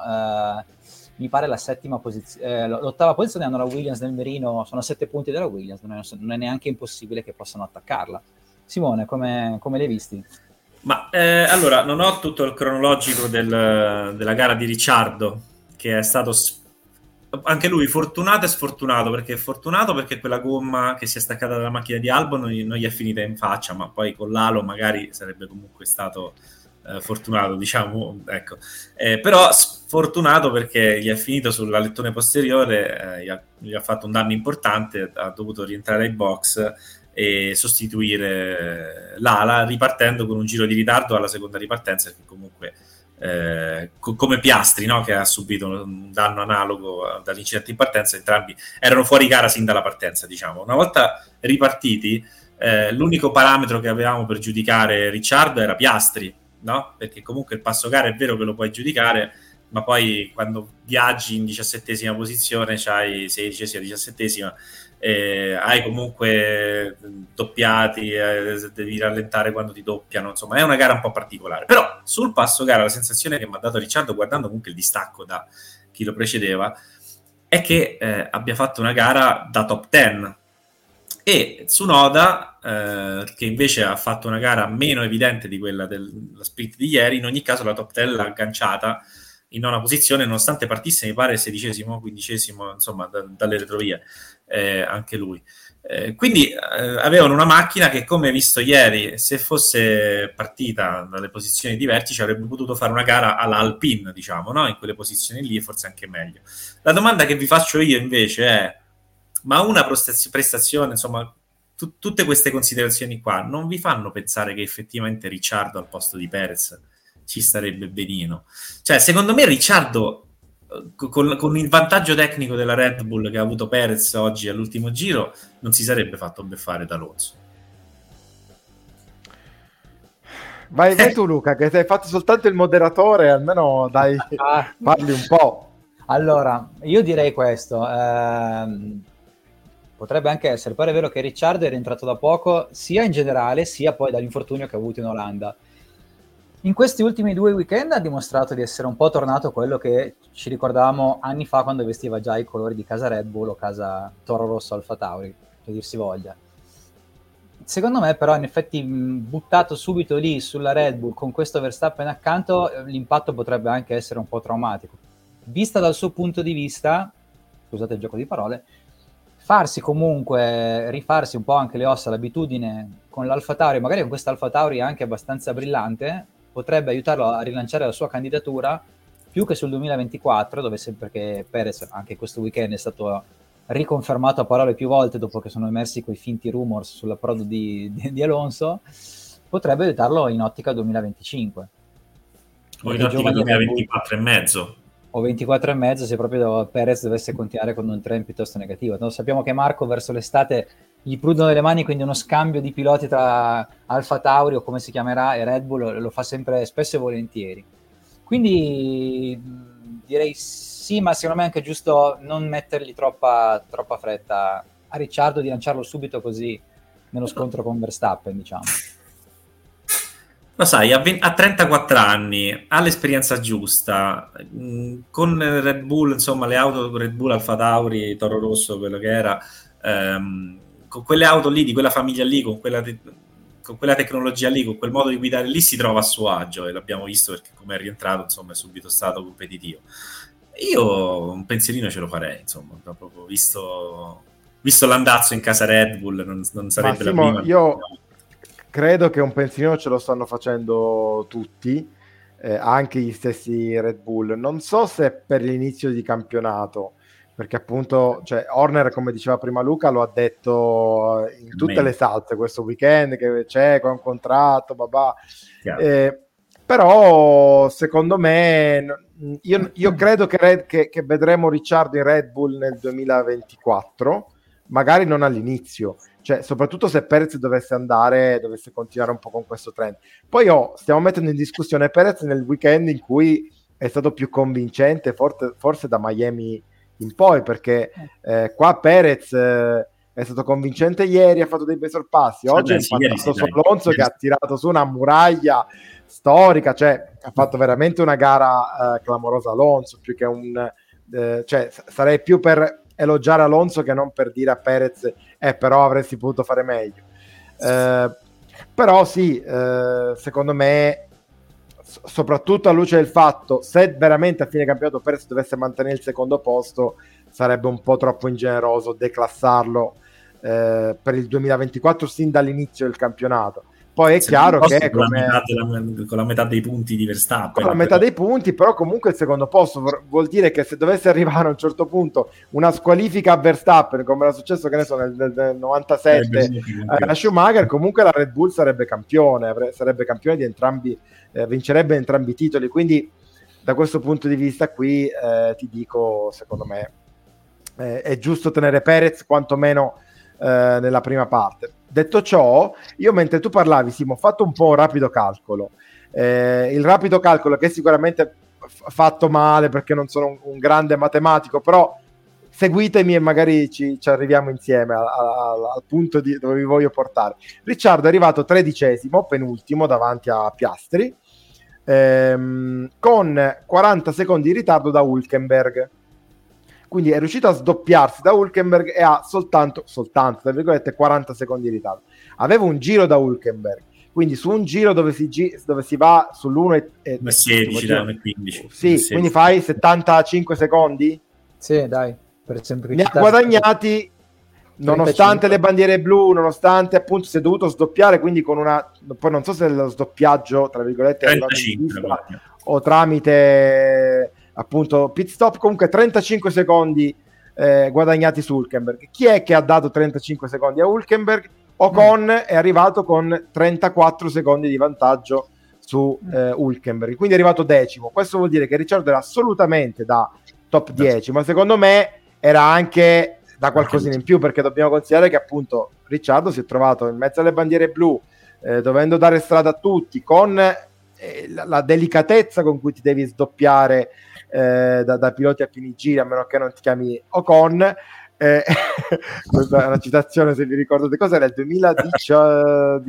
mi pare la 7ª posizione, l'8ª posizione hanno la Williams nel mirino, sono a 7 punti della Williams, non è neanche impossibile che possano attaccarla. Simone, come l'hai visti? Ma allora, non ho tutto il cronologico della gara di Ricciardo, che è stato anche lui fortunato e sfortunato, perché fortunato perché quella gomma che si è staccata dalla macchina di Albon non gli è finita in faccia, ma poi con l'alo magari sarebbe comunque stato fortunato, diciamo, ecco. Però sfortunato perché gli è finito sull'alettone posteriore, gli ha fatto un danno importante, ha dovuto rientrare ai box e sostituire l'ala ripartendo con un giro di ritardo alla seconda ripartenza, che comunque come Piastri, no? Che ha subito un danno analogo dall'incidente in partenza, entrambi erano fuori gara sin dalla partenza, diciamo. Una volta ripartiti, l'unico parametro che avevamo per giudicare Ricciardo era Piastri, no? Perché comunque il passo gara è vero che lo puoi giudicare, ma poi quando viaggi in 17ª posizione, c'hai 16ª, 17ª, hai comunque doppiati, devi rallentare quando ti doppiano, insomma è una gara un po' particolare. Però sul passo gara la sensazione che mi ha dato Ricciardo, guardando comunque il distacco da chi lo precedeva, è che abbia fatto una gara da top 10, e Tsunoda che invece ha fatto una gara meno evidente di quella della split di ieri, in ogni caso la top 10 l'ha agganciata in 9ª posizione, nonostante partisse mi pare 16º, 15º, insomma dalle retrovie, anche lui. Quindi avevano una macchina che, come visto ieri, se fosse partita dalle posizioni di vertice avrebbe potuto fare una gara alla Alpine, diciamo, no? In quelle posizioni lì, forse anche meglio. La domanda che vi faccio io invece è: ma una prestazione, insomma, tutte queste considerazioni qua non vi fanno pensare che effettivamente Ricciardo al posto di Perez ci starebbe benino? Cioè, secondo me Ricciardo con il vantaggio tecnico della Red Bull che ha avuto Perez oggi all'ultimo giro non si sarebbe fatto beffare da Alonso. Vai tu Luca, che hai fatto soltanto il moderatore, almeno dai, parli un po'. Allora, io direi questo, potrebbe anche essere, pare vero che Ricciardo è rientrato da poco, sia in generale, sia poi dall'infortunio che ha avuto in Olanda. In questi ultimi 2 weekend ha dimostrato di essere un po' tornato quello che ci ricordavamo anni fa, quando vestiva già i colori di casa Red Bull o casa Toro Rosso AlphaTauri, che dir si voglia. Secondo me però, in effetti, buttato subito lì sulla Red Bull con questo Verstappen accanto, l'impatto potrebbe anche essere un po' traumatico. Vista dal suo punto di vista, scusate il gioco di parole, rifarsi un po' anche le ossa, l'abitudine con l'AlphaTauri, magari con questa AlphaTauri anche abbastanza brillante, potrebbe aiutarlo a rilanciare la sua candidatura più che sul 2024, dove sempre che Perez anche questo weekend è stato riconfermato a parole più volte dopo che sono emersi quei finti rumors sull'approdo di Alonso, potrebbe aiutarlo in ottica 2025 o in ottica 2024 e mezzo o 24 e mezzo, se proprio Perez dovesse continuare con un trend piuttosto negativo. No, sappiamo che Marco verso l'estate gli prudono le mani, quindi uno scambio di piloti tra AlphaTauri o come si chiamerà e Red Bull lo fa sempre, spesso e volentieri. Quindi direi sì, ma secondo me è anche giusto non mettergli troppa fretta a Ricciardo di lanciarlo subito così nello scontro con Verstappen, diciamo. Lo sai, a 34 anni, ha l'esperienza giusta, con Red Bull, insomma, le auto Red Bull, AlphaTauri, Toro Rosso, quello che era, con quelle auto lì, di quella famiglia lì, con quella tecnologia lì, con quel modo di guidare lì, si trova a suo agio, e l'abbiamo visto perché come è rientrato, insomma, è subito stato competitivo. Io un pensierino ce lo farei, insomma, proprio visto l'andazzo in casa Red Bull, non sarebbe la prima. Io credo che un pensierino ce lo stanno facendo tutti, anche gli stessi Red Bull. Non so se per l'inizio di campionato, perché appunto, cioè, Horner, come diceva prima Luca, lo ha detto in tutte le salse questo weekend, che c'è con un contratto, però secondo me io credo che vedremo Ricciardo in Red Bull nel 2024, magari non all'inizio, cioè soprattutto se Perez dovesse continuare un po' con questo trend. Poi stiamo mettendo in discussione Perez nel weekend in cui è stato più convincente, forse da Miami in poi, perché qua Perez è stato convincente ieri, ha fatto dei bei sorpassi, oggi è impaccato su Alonso che ha tirato su una muraglia storica, cioè ha fatto veramente una gara clamorosa Alonso, più che cioè sarei più per elogiare Alonso che non per dire a Perez però avresti potuto fare meglio. Però sì, secondo me, soprattutto alla luce del fatto, se veramente a fine campionato Perez dovesse mantenere il secondo posto, sarebbe un po' troppo ingeneroso declassarlo per il 2024 sin dall'inizio del campionato. Poi è chiaro che con la metà dei punti di Verstappen, con la metà dei punti, però comunque il secondo posto vuol dire che se dovesse arrivare a un certo punto una squalifica a Verstappen, come era successo, che ne so, nel 97 a Schumacher, comunque la Red Bull sarebbe campione di entrambi, vincerebbe entrambi i titoli. Quindi da questo punto di vista qui ti dico, secondo me è giusto tenere Perez quantomeno nella prima parte. Detto ciò, io mentre tu parlavi, Simo, ho fatto un po' un rapido calcolo. Il rapido calcolo che è sicuramente fatto male perché non sono un grande matematico, però seguitemi e magari ci arriviamo insieme al punto dove vi voglio portare. Ricciardo è arrivato 13esimo, penultimo davanti a Piastri, con 40 secondi di ritardo da Hülkenberg. Quindi è riuscito a sdoppiarsi da Hülkenberg e ha soltanto tra virgolette 40 secondi di ritardo. Aveva un giro da Hülkenberg, quindi su un giro dove si va sull'1 e 16 da 1,15. Sì, quindi fai 75 secondi? Sì, dai, per ne ha guadagnati 35. Nonostante le bandiere blu, nonostante appunto si è dovuto sdoppiare, quindi con poi non so se lo sdoppiaggio tra virgolette 35 o tramite appunto pit stop, comunque 35 secondi guadagnati su Hülkenberg. Chi è che ha dato 35 secondi a Hülkenberg? Ocon è arrivato con 34 secondi di vantaggio su Hülkenberg, quindi è arrivato decimo. Questo vuol dire che Ricciardo era assolutamente da top 10, ma secondo me era anche da qualcosina in più, perché dobbiamo considerare che appunto Ricciardo si è trovato in mezzo alle bandiere blu, dovendo dare strada a tutti, con la delicatezza con cui ti devi sdoppiare da piloti a fini giri, a meno che non ti chiami Ocon. Questa è una citazione, se vi ricordate cos'era, il 2018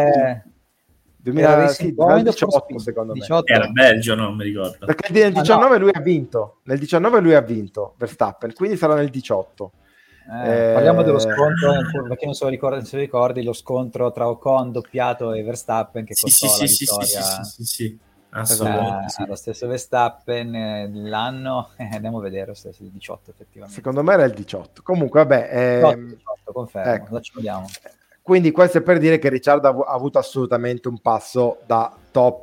2018 secondo me era Belgio, non mi ricordo, perché nel 19 lui ha vinto, Verstappen, quindi sarà nel 18. Parliamo dello scontro, perché non se lo ricordi lo scontro tra Ocon doppiato e Verstappen che costò la vittoria. Sì. Assolutamente, lo stesso Verstappen l'anno andiamo a vedere se è il 18 effettivamente. Secondo me era il 18. Comunque vabbè, 18, confermo, ecco. ci vediamo. Quindi questo è per dire che Ricciardo ha avuto assolutamente un passo da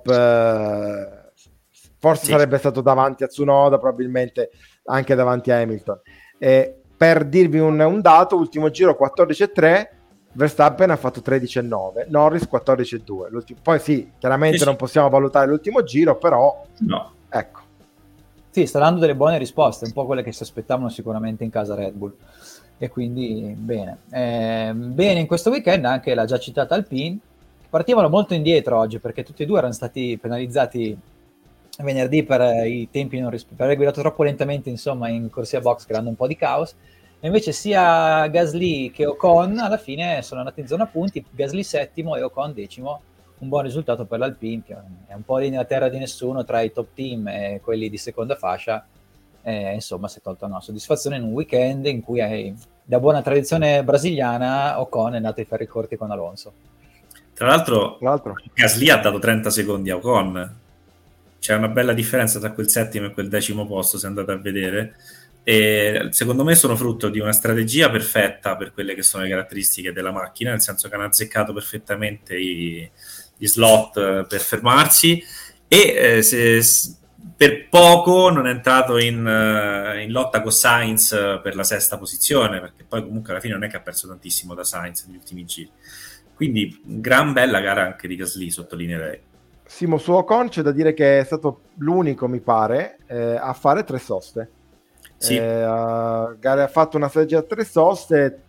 top, forse sarebbe stato davanti a Tsunoda, probabilmente anche davanti a Hamilton. Per dirvi un dato, ultimo giro 14,3, Verstappen ha fatto 13,9, Norris 14,2. Poi sì, chiaramente non possiamo valutare l'ultimo giro, però no. Ecco. Sì, sta dando delle buone risposte, un po' quelle che si aspettavano sicuramente in casa Red Bull. E quindi bene. Bene in questo weekend anche la già citata Alpine, che partivano molto indietro oggi, perché tutti e due erano stati penalizzati venerdì per i tempi per aver guidato troppo lentamente, insomma, in corsia box, creando un po' di caos. E invece sia Gasly che Ocon alla fine sono andati in zona punti, Gasly settimo e Ocon decimo, un buon risultato per l'Alpine, che è un po' lì nella terra di nessuno tra i top team e quelli di seconda fascia. Insomma, si è tolta una soddisfazione in un weekend in cui da buona tradizione brasiliana Ocon è andato ai ferri corti con Alonso. Tra l'altro Gasly ha dato 30 secondi a Ocon, c'è una bella differenza tra quel settimo e quel decimo posto, se andate a vedere, e secondo me sono frutto di una strategia perfetta per quelle che sono le caratteristiche della macchina, nel senso che hanno azzeccato perfettamente gli slot per fermarsi e per poco non è entrato in lotta con Sainz per la sesta posizione, perché poi comunque alla fine non è che ha perso tantissimo da Sainz negli ultimi giri, quindi gran bella gara anche di Gasly, sottolineerei. Simo, su Ocon c'è da dire che è stato l'unico, mi pare, a fare 3 soste. Sì. Ha fatto una strategia a 3 soste,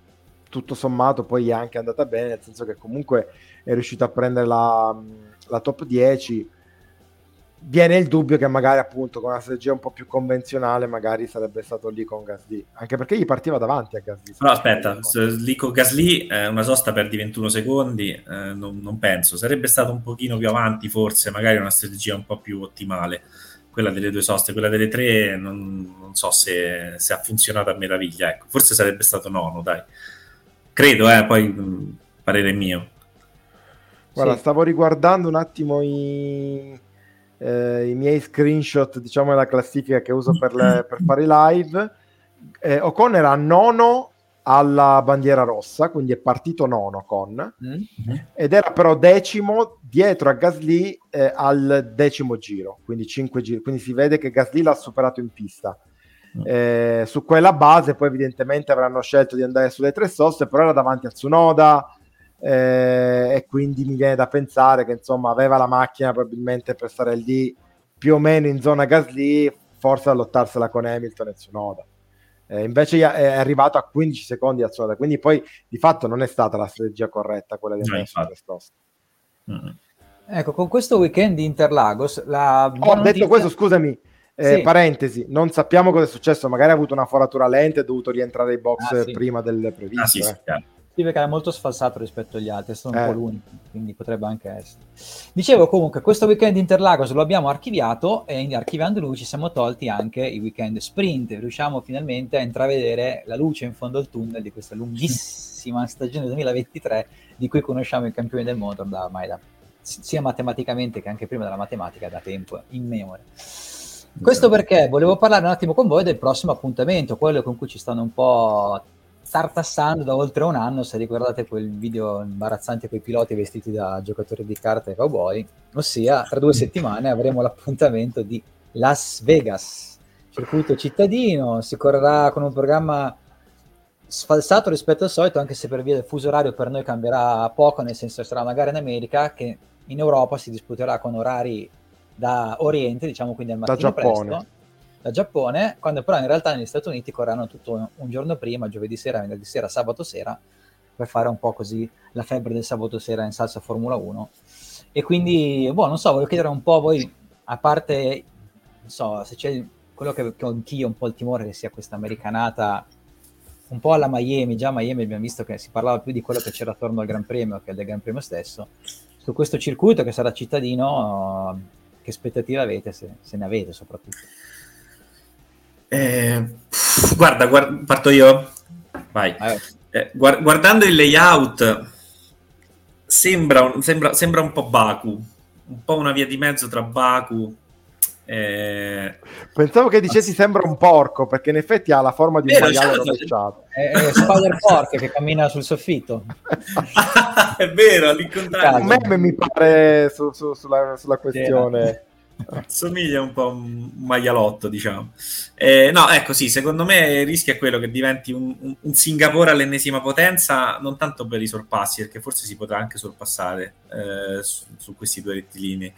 tutto sommato poi è anche andata bene, nel senso che comunque è riuscito a prendere la top 10. Viene il dubbio che magari appunto con una strategia un po' più convenzionale magari sarebbe stato lì con Gasly, anche perché gli partiva davanti a Gasly. Però aspetta, lì con Gasly una sosta perdi 21 secondi, non penso, sarebbe stato un pochino più avanti forse, magari una strategia un po' più ottimale, quella delle 2 soste, quella delle 3 non so se ha funzionato a meraviglia, ecco, forse sarebbe stato nono, dai, credo, poi parere mio. Guarda, Sì. stavo riguardando un attimo i miei screenshot, diciamo, della classifica che uso per fare i live. Ocon era nono alla bandiera rossa, quindi è partito nono con, ed era però decimo dietro a Gasly al 10° giro, quindi 5 giri, quindi si vede che Gasly l'ha superato in pista. Su quella base poi evidentemente avranno scelto di andare sulle 3 soste, però era davanti a Tsunoda, e quindi mi viene da pensare che insomma aveva la macchina probabilmente per stare lì più o meno in zona Gasly, forse a lottarsela con Hamilton e Tsunoda. Invece è arrivato a 15 secondi a Tsunoda, quindi poi di fatto non è stata la strategia corretta quella di andare sulle 3 soste. Ecco, con questo weekend di Interlagos detto questo, scusami, sì. Parentesi, non sappiamo cosa è successo, magari ha avuto una foratura lenta e è dovuto rientrare ai box prima del previsto. Sì, sì, perché era molto sfalsato rispetto agli altri, è stato un po' l'unico, quindi potrebbe anche essere. Dicevo comunque, questo weekend di Interlagos lo abbiamo archiviato e archiviando lui ci siamo tolti anche i weekend sprint, riusciamo finalmente a intravedere la luce in fondo al tunnel di questa lunghissima stagione 2023 di cui conosciamo i campioni del mondo sia matematicamente che anche prima della matematica, da tempo immemore. Questo perché volevo parlare un attimo con voi del prossimo appuntamento, quello con cui ci stanno un po' tartassando da oltre un anno, se ricordate quel video imbarazzante con i piloti vestiti da giocatori di carte e cowboy, ossia tra 2 settimane avremo l'appuntamento di Las Vegas, circuito cittadino, si correrà con un programma sfalsato rispetto al solito, anche se per via del fuso orario per noi cambierà poco, nel senso che sarà una gara in America che in Europa si disputerà con orari da Oriente, diciamo, quindi al mattino presto, da Giappone, quando però in realtà negli Stati Uniti correranno tutto un giorno prima, giovedì sera, venerdì sera, sabato sera, per fare un po' così la febbre del sabato sera in salsa Formula 1. E quindi, non so, voglio chiedere un po' a voi, a parte, non so, se c'è quello che ho anch'io un po' il timore che sia questa americanata un po' alla Miami, già a Miami abbiamo visto che si parlava più di quello che c'era attorno al Gran Premio che del Gran Premio stesso, su questo circuito che sarà cittadino, che aspettative avete, se ne avete soprattutto? Guarda, parto io? Vai. Guardando il layout sembra un po' Baku, un po' una via di mezzo tra Baku. Pensavo che dicessi sembra un porco, perché in effetti ha la forma di un maiale rovesciato. È Spider Pork che cammina sul soffitto. È vero, all'incontrario. Un meme mi pare sulla questione. Somiglia un po' a un maialotto, diciamo. No, ecco, sì, secondo me il rischio è quello che diventi un Singapore all'ennesima potenza, non tanto per i sorpassi, perché forse si potrà anche sorpassare su questi 2 rettilinei,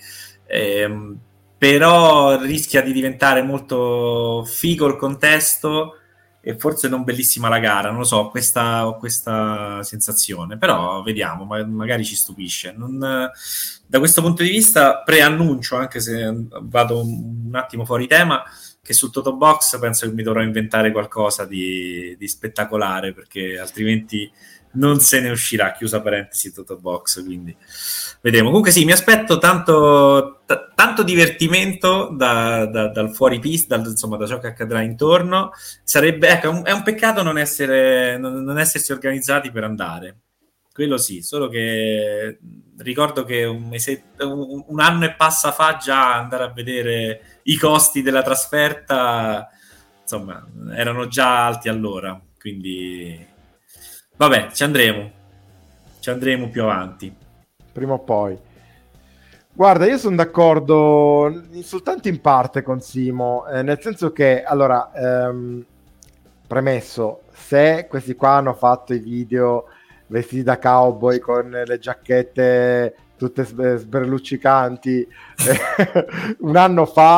però rischia di diventare molto figo il contesto e forse non bellissima la gara, non lo so, ho questa sensazione, però vediamo, magari ci stupisce. Da questo punto di vista preannuncio, anche se vado un attimo fuori tema, che sul Toto Box penso che mi dovrò inventare qualcosa di spettacolare, perché altrimenti non se ne uscirà, chiusa parentesi Toto Box, quindi vedremo. Comunque sì, mi aspetto tanto divertimento dal fuori pista, da ciò che accadrà intorno. Sarebbe, ecco, è un peccato non essersi organizzati per andare, quello sì, solo che ricordo che un anno e passa fa già andare a vedere i costi della trasferta, insomma, erano già alti allora, quindi vabbè, ci andremo più avanti. Prima o poi. Guarda, io sono d'accordo soltanto in parte con Simo, nel senso che, allora, premesso, se questi qua hanno fatto i video vestiti da cowboy con le giacchette tutte sberluccicanti un anno fa,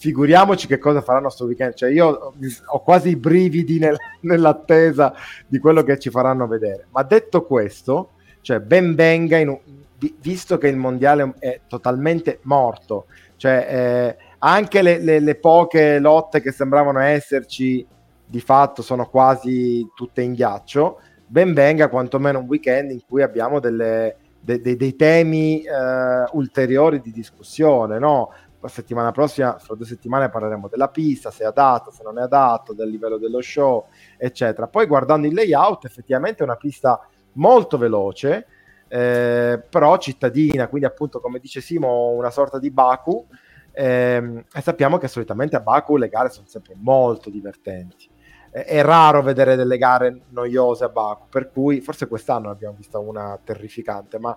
figuriamoci che cosa faranno sto weekend. Cioè io ho quasi i brividi nell'attesa di quello che ci faranno vedere. Ma detto questo, cioè ben venga, visto che il mondiale è totalmente morto, cioè anche le poche lotte che sembravano esserci di fatto sono quasi tutte in ghiaccio, ben venga quantomeno un weekend in cui abbiamo dei temi ulteriori di discussione, no? La settimana prossima, fra 2 settimane, parleremo della pista, se è adatta, se non è adatto, del livello dello show, eccetera. Poi guardando il layout, effettivamente è una pista molto veloce, però cittadina, quindi appunto, come dice Simo, una sorta di Baku, e sappiamo che solitamente a Baku le gare sono sempre molto divertenti. È raro vedere delle gare noiose a Baku, per cui forse quest'anno ne abbiamo vista una terrificante, ma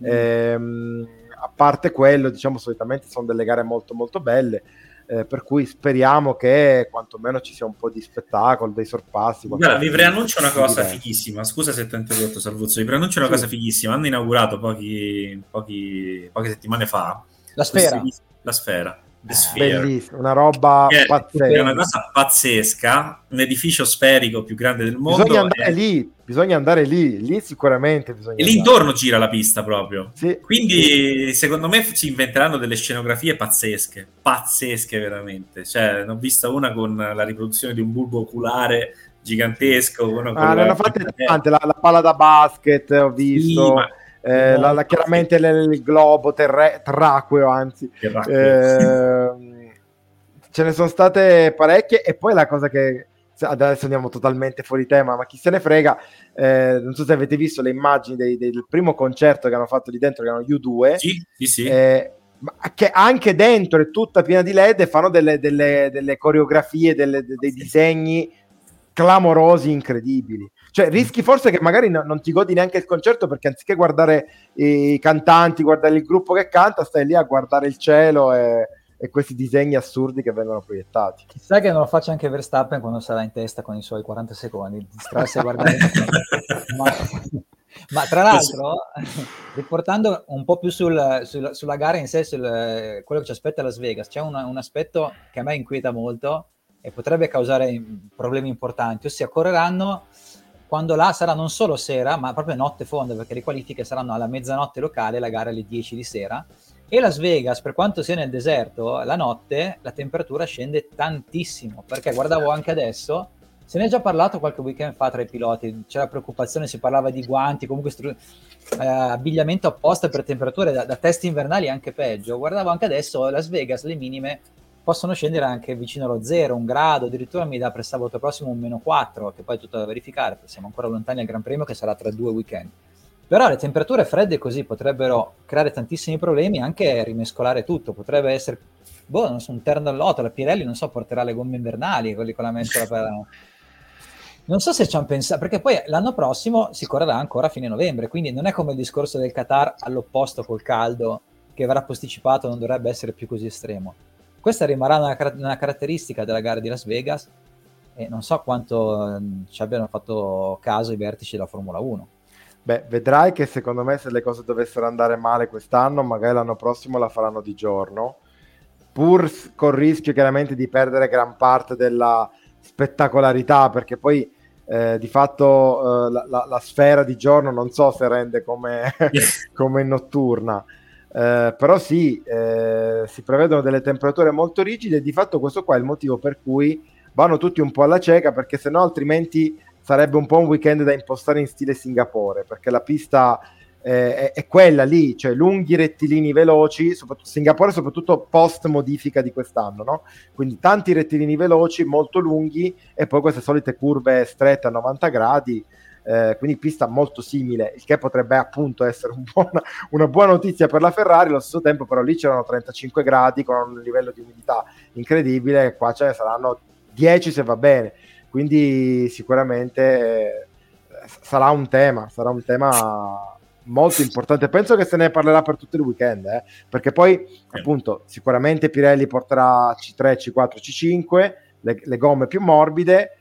a parte quello, diciamo, solitamente sono delle gare molto molto belle, per cui speriamo che quantomeno ci sia un po' di spettacolo, dei sorpassi. Guarda, vi preannuncio una cosa fighissima, scusa se ti ho interrotto, Salvuzzo, vi preannuncio una cosa fighissima. Hanno inaugurato poche settimane fa la Sfera. La Sfera. Bellissimo, una roba pazzesca. È una cosa pazzesca, un edificio sferico più grande del mondo. Bisogna andare lì sicuramente bisogna e lì intorno gira la pista proprio. Sì, quindi secondo me ci inventeranno delle scenografie pazzesche veramente. Cioè, ne ho vista una con la riproduzione di un bulbo oculare gigantesco. Ne hanno fatte tante, la palla da basket ho visto. Sì, ma chiaramente il globo terracqueo, anzi ce ne sono state parecchie. E poi la cosa che adesso andiamo totalmente fuori tema, ma chi se ne frega, non so se avete visto le immagini del primo concerto che hanno fatto lì dentro, che erano U2. Sì. Ma che anche dentro è tutta piena di LED e fanno delle coreografie, dei disegni clamorosi, incredibili. Cioè rischi forse che magari non ti godi neanche il concerto, perché anziché guardare i cantanti, guardare il gruppo che canta, stai lì a guardare il cielo e questi disegni assurdi che vengono proiettati. Chissà che non lo faccia anche Verstappen quando sarà in testa con i suoi 40 secondi, distrarsi a guardare. Ma tra l'altro, riportando un po' più sulla gara in sé, quello che ci aspetta a Las Vegas, c'è un aspetto che a me inquieta molto e potrebbe causare problemi importanti, ossia correranno quando là sarà non solo sera, ma proprio notte fonda, perché le qualifiche saranno alla mezzanotte locale, la gara alle 10 di sera. E Las Vegas, per quanto sia nel deserto, la notte la temperatura scende tantissimo, perché guardavo anche adesso, se ne è già parlato qualche weekend fa tra i piloti, c'era preoccupazione, si parlava di guanti, comunque abbigliamento apposta per temperature da test invernali anche peggio. Guardavo anche adesso Las Vegas, le minime possono scendere anche vicino allo 0, 1 grado, addirittura mi dà per sabato prossimo un -4, che poi è tutto da verificare, perché siamo ancora lontani al Gran Premio che sarà tra 2 weekend. Però le temperature fredde così potrebbero creare tantissimi problemi, anche rimescolare tutto, potrebbe essere non so, un terno all'otto, la Pirelli non so, porterà le gomme invernali, quelli con la mensola per... Non so se ci hanno pensato, perché poi l'anno prossimo si correrà ancora a fine novembre, quindi non è come il discorso del Qatar all'opposto col caldo, che verrà posticipato, non dovrebbe essere più così estremo. Questa rimarrà una caratteristica della gara di Las Vegas e non so quanto ci abbiano fatto caso i vertici della Formula 1. Beh, vedrai che secondo me se le cose dovessero andare male quest'anno, magari l'anno prossimo la faranno di giorno, pur col rischio chiaramente di perdere gran parte della spettacolarità, perché poi di fatto la sfera di giorno non so se rende come in notturna. Però sì, si prevedono delle temperature molto rigide e di fatto questo qua è il motivo per cui vanno tutti un po' alla cieca, perché sennò altrimenti sarebbe un po' un weekend da impostare in stile Singapore, perché la pista è quella lì, cioè lunghi rettilini veloci, soprattutto Singapore, soprattutto post modifica di quest'anno, no? Quindi tanti rettilini veloci, molto lunghi, e poi queste solite curve strette a 90 gradi, quindi pista molto simile, il che potrebbe appunto essere una buona notizia per la Ferrari. Allo stesso tempo però lì c'erano 35 gradi con un livello di umidità incredibile, e qua ce ne saranno 10 se va bene, quindi sicuramente sarà un tema molto importante. Penso che se ne parlerà per tutto il weekend, perché poi appunto sicuramente Pirelli porterà C3, C4, C5, le gomme più morbide,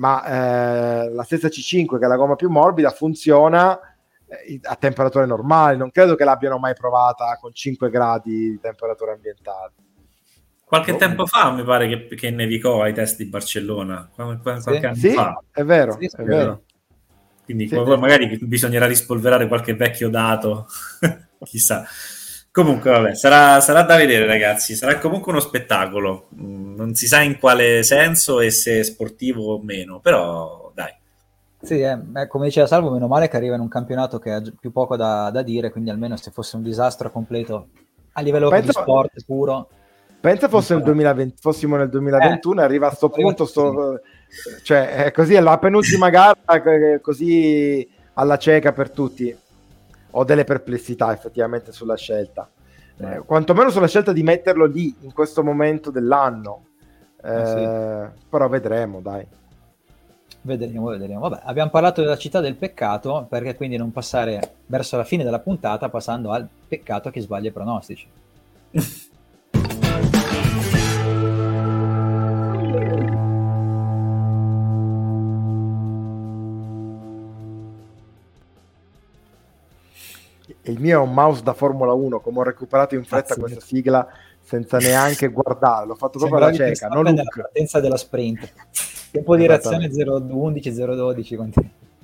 ma la stessa C5, che è la gomma più morbida, funziona a temperature normali. Non credo che l'abbiano mai provata con 5 gradi di temperatura ambientale. Qualche tempo fa mi pare che nevicò ai test di Barcellona, qualche anno fa. È vero, Sì, è vero. Quindi magari bisognerà rispolverare qualche vecchio dato, chissà. Comunque, vabbè, sarà da vedere, ragazzi. Sarà comunque uno spettacolo. Non si sa in quale senso e se è sportivo o meno, però dai. Sì, come diceva Salvo, meno male che arriva in un campionato che ha più poco da dire, quindi almeno se fosse un disastro completo a livello di sport puro. Pensa fosse il 2020, fossimo nel 2021 e arriva a sto punto, cioè è così, è la penultima gara, così alla cieca per tutti. Ho delle perplessità effettivamente sulla scelta, quantomeno sulla scelta di metterlo lì in questo momento dell'anno, però vedremo, dai. Vedremo. Vabbè, abbiamo parlato della città del peccato, perché quindi non passare verso la fine della puntata passando al peccato che sbaglia i pronostici. Il mio è un mouse da Formula 1, come ho recuperato in fretta questa sigla senza neanche guardare, l'ho fatto proprio alla cieca, non nella partenza della sprint. Tempo di reazione 0.11, 0.12.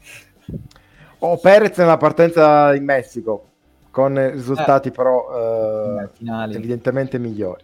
Perez nella partenza in Messico, con risultati però evidentemente migliori.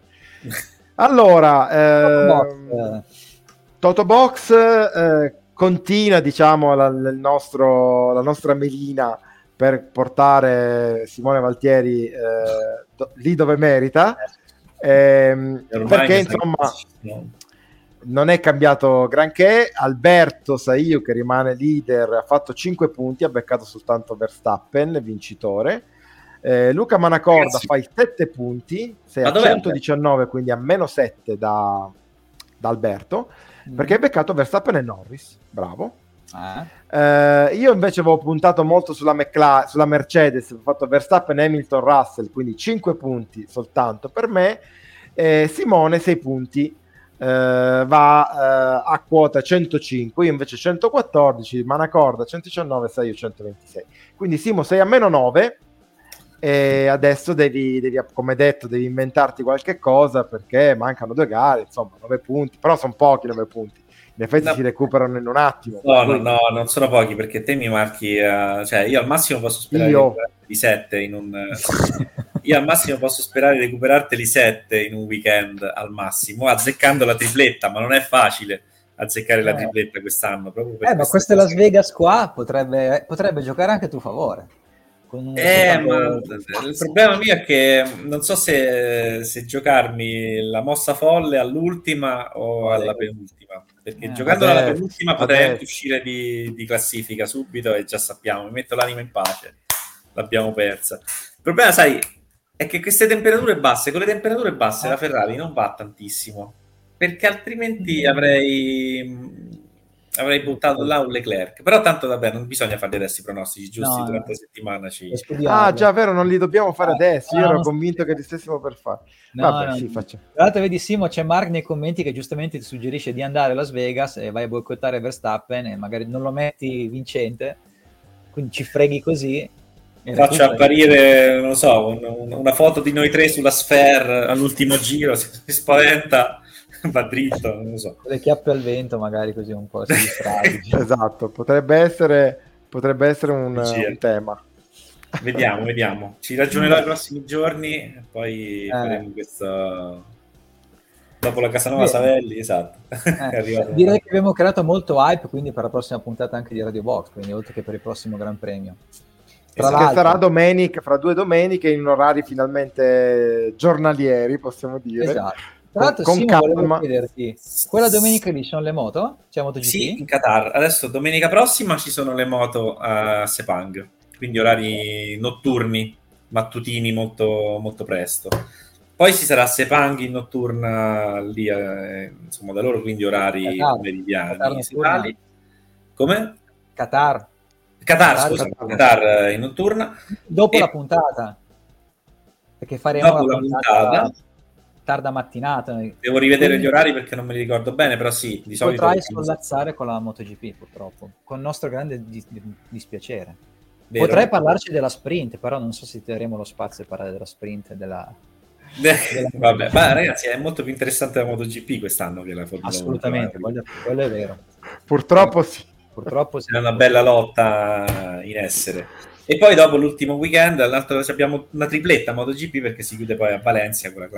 Allora, Toto Box continua, diciamo, la nostra melina per portare Simone Valtieri lì dove merita, perché insomma non è cambiato granché. Alberto Saiu, che rimane leader, ha fatto 5 punti, ha beccato soltanto Verstappen, vincitore. Luca Manacorda fa i 7 punti, sei a 119, quindi a meno 7 da Alberto, perché ha beccato Verstappen e Norris, bravo. Io invece avevo puntato molto sulla Mercedes, ho fatto Verstappen, Hamilton, Russell, quindi 5 punti soltanto per me. Simone 6 punti, va a quota 105, io invece 114, Manacorda 119, Saiu 126, quindi Simo sei a meno 9 e adesso devi, come detto, devi inventarti qualche cosa, perché mancano 2 gare, insomma 9 punti, però sono pochi 9 punti. In effetti si recuperano in un attimo. No, non sono pochi, perché te mi marchi, cioè io al massimo posso sperare di 7 in un io al massimo posso sperare di recuperarteli 7 in un weekend al massimo, azzeccando la tripletta, ma non è facile azzeccare la tripletta quest'anno, proprio per ma questa Las Vegas qua potrebbe giocare anche a tuo favore. Ma il problema mio è che non so se giocarmi la mossa folle all'ultima o alla penultima, perché giocando alla penultima potrei anche uscire di classifica subito e già sappiamo, mi metto l'anima in pace, l'abbiamo persa. Il problema, sai, è che queste temperature basse, con le temperature basse la Ferrari non va tantissimo, perché altrimenti avrei buttato là un Leclerc, però tanto vabbè, non bisogna fare adesso i pronostici giusti, durante la settimana già, vero, non li dobbiamo fare adesso, io ero convinto che li stessimo per fare. Sì, facciamo. Tra l'altro vedi Simo, c'è Mark nei commenti che giustamente ti suggerisce di andare a Las Vegas e vai a boicottare Verstappen e magari non lo metti vincente, quindi ci freghi così. Faccio apparire, non so, una foto di noi 3 sulla Sphere all'ultimo giro, si spaventa, va dritto, non lo so. Le chiappe al vento magari, così un po' si distrae. Esatto, potrebbe essere un tema. Vediamo. Ci ragionerò i prossimi giorni e poi faremo questo dopo la Casanova Savelli, esatto. Direi che abbiamo creato molto hype, quindi per la prossima puntata anche di Radio Box, quindi oltre che per il prossimo Gran Premio. Che sarà domenica, fra 2 domeniche, in orari finalmente giornalieri, possiamo dire. Esatto. Tra l'altro, con calma. Chiederti, quella domenica lì sono le moto? C'è MotoGP? Sì, in Qatar. Adesso domenica prossima ci sono le moto a Sepang, quindi orari notturni, mattutini molto, molto presto. Poi ci sarà Sepang in notturna lì, insomma, da loro, quindi orari meridiani. Come? Qatar, in notturna. Dopo la puntata, perché faremo la puntata tarda mattinata. Devo rivedere gli orari perché non me li ricordo bene, però sì, di solito potrai sollazzare con la MotoGP, purtroppo, con il nostro grande dispiacere. Vero. Potrei parlarci della sprint, però non so se terremo lo spazio per parlare della sprint Vabbè, ma ragazzi, è molto più interessante la MotoGP quest'anno che la Formula 1. Assolutamente, quello è vero. Purtroppo sì. Purtroppo sì. È una bella lotta in essere. E poi dopo l'ultimo weekend abbiamo una tripletta MotoGP, perché si chiude poi a Valencia con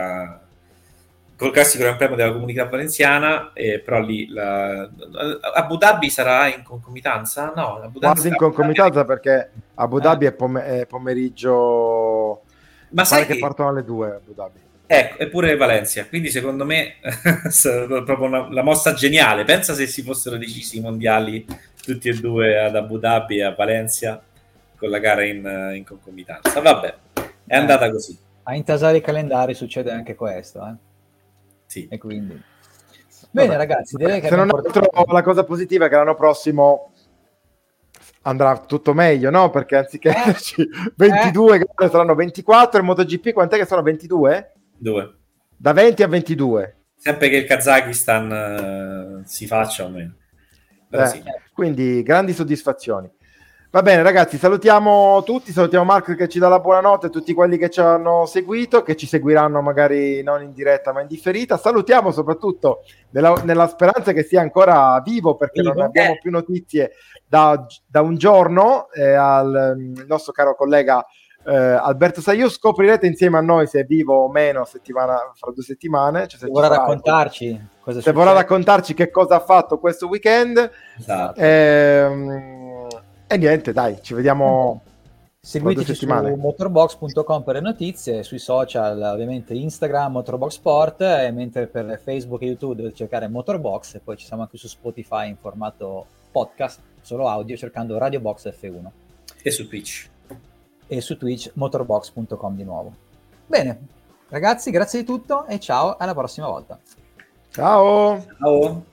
col classico Gran Premio della Comunità Valenciana, però lì Abu Dhabi sarà in concomitanza? No, Abu Dhabi Quasi in concomitanza, perché Abu Dhabi è pomeriggio, ma sai che partono alle 2 Abu Dhabi. Ecco, eppure Valencia, quindi secondo me proprio la mossa geniale. Pensa se si fossero decisi i mondiali tutti e due ad Abu Dhabi e a Valencia con la gara in concomitanza. Vabbè, è andata così. A intasare i calendari succede anche questo, Sì. E quindi bene, ragazzi, direi che se non altro la cosa positiva è che l'anno prossimo andrà tutto meglio, no? Perché anziché esserci 22 gare saranno 24. Il MotoGP quant'è che sono? 22? 2. Da 20 a 22. Sempre che il Kazakistan si faccia o meno. Sì. Quindi grandi soddisfazioni. Va bene ragazzi, salutiamo tutti, salutiamo Marco che ci dà la buonanotte, tutti quelli che ci hanno seguito, che ci seguiranno magari non in diretta ma in differita. Salutiamo soprattutto nella speranza che sia ancora vivo, perché non abbiamo più notizie da un giorno, al nostro caro collega Alberto Saiu. Scoprirete insieme a noi se è vivo o meno fra 2 settimane, cioè se vorrà raccontarci cosa se vorrà raccontarci che cosa ha fatto questo weekend. Esatto. E niente, dai, ci vediamo. Seguiteci su motorbox.com per le notizie, sui social ovviamente Instagram, Motorbox Sport, e mentre per Facebook e YouTube dovete cercare Motorbox, e poi ci siamo anche su Spotify in formato podcast, solo audio, cercando Radio Box F1. E su Twitch. E su Twitch motorbox.com di nuovo. Bene, ragazzi, grazie di tutto e ciao, alla prossima volta. Ciao! Ciao!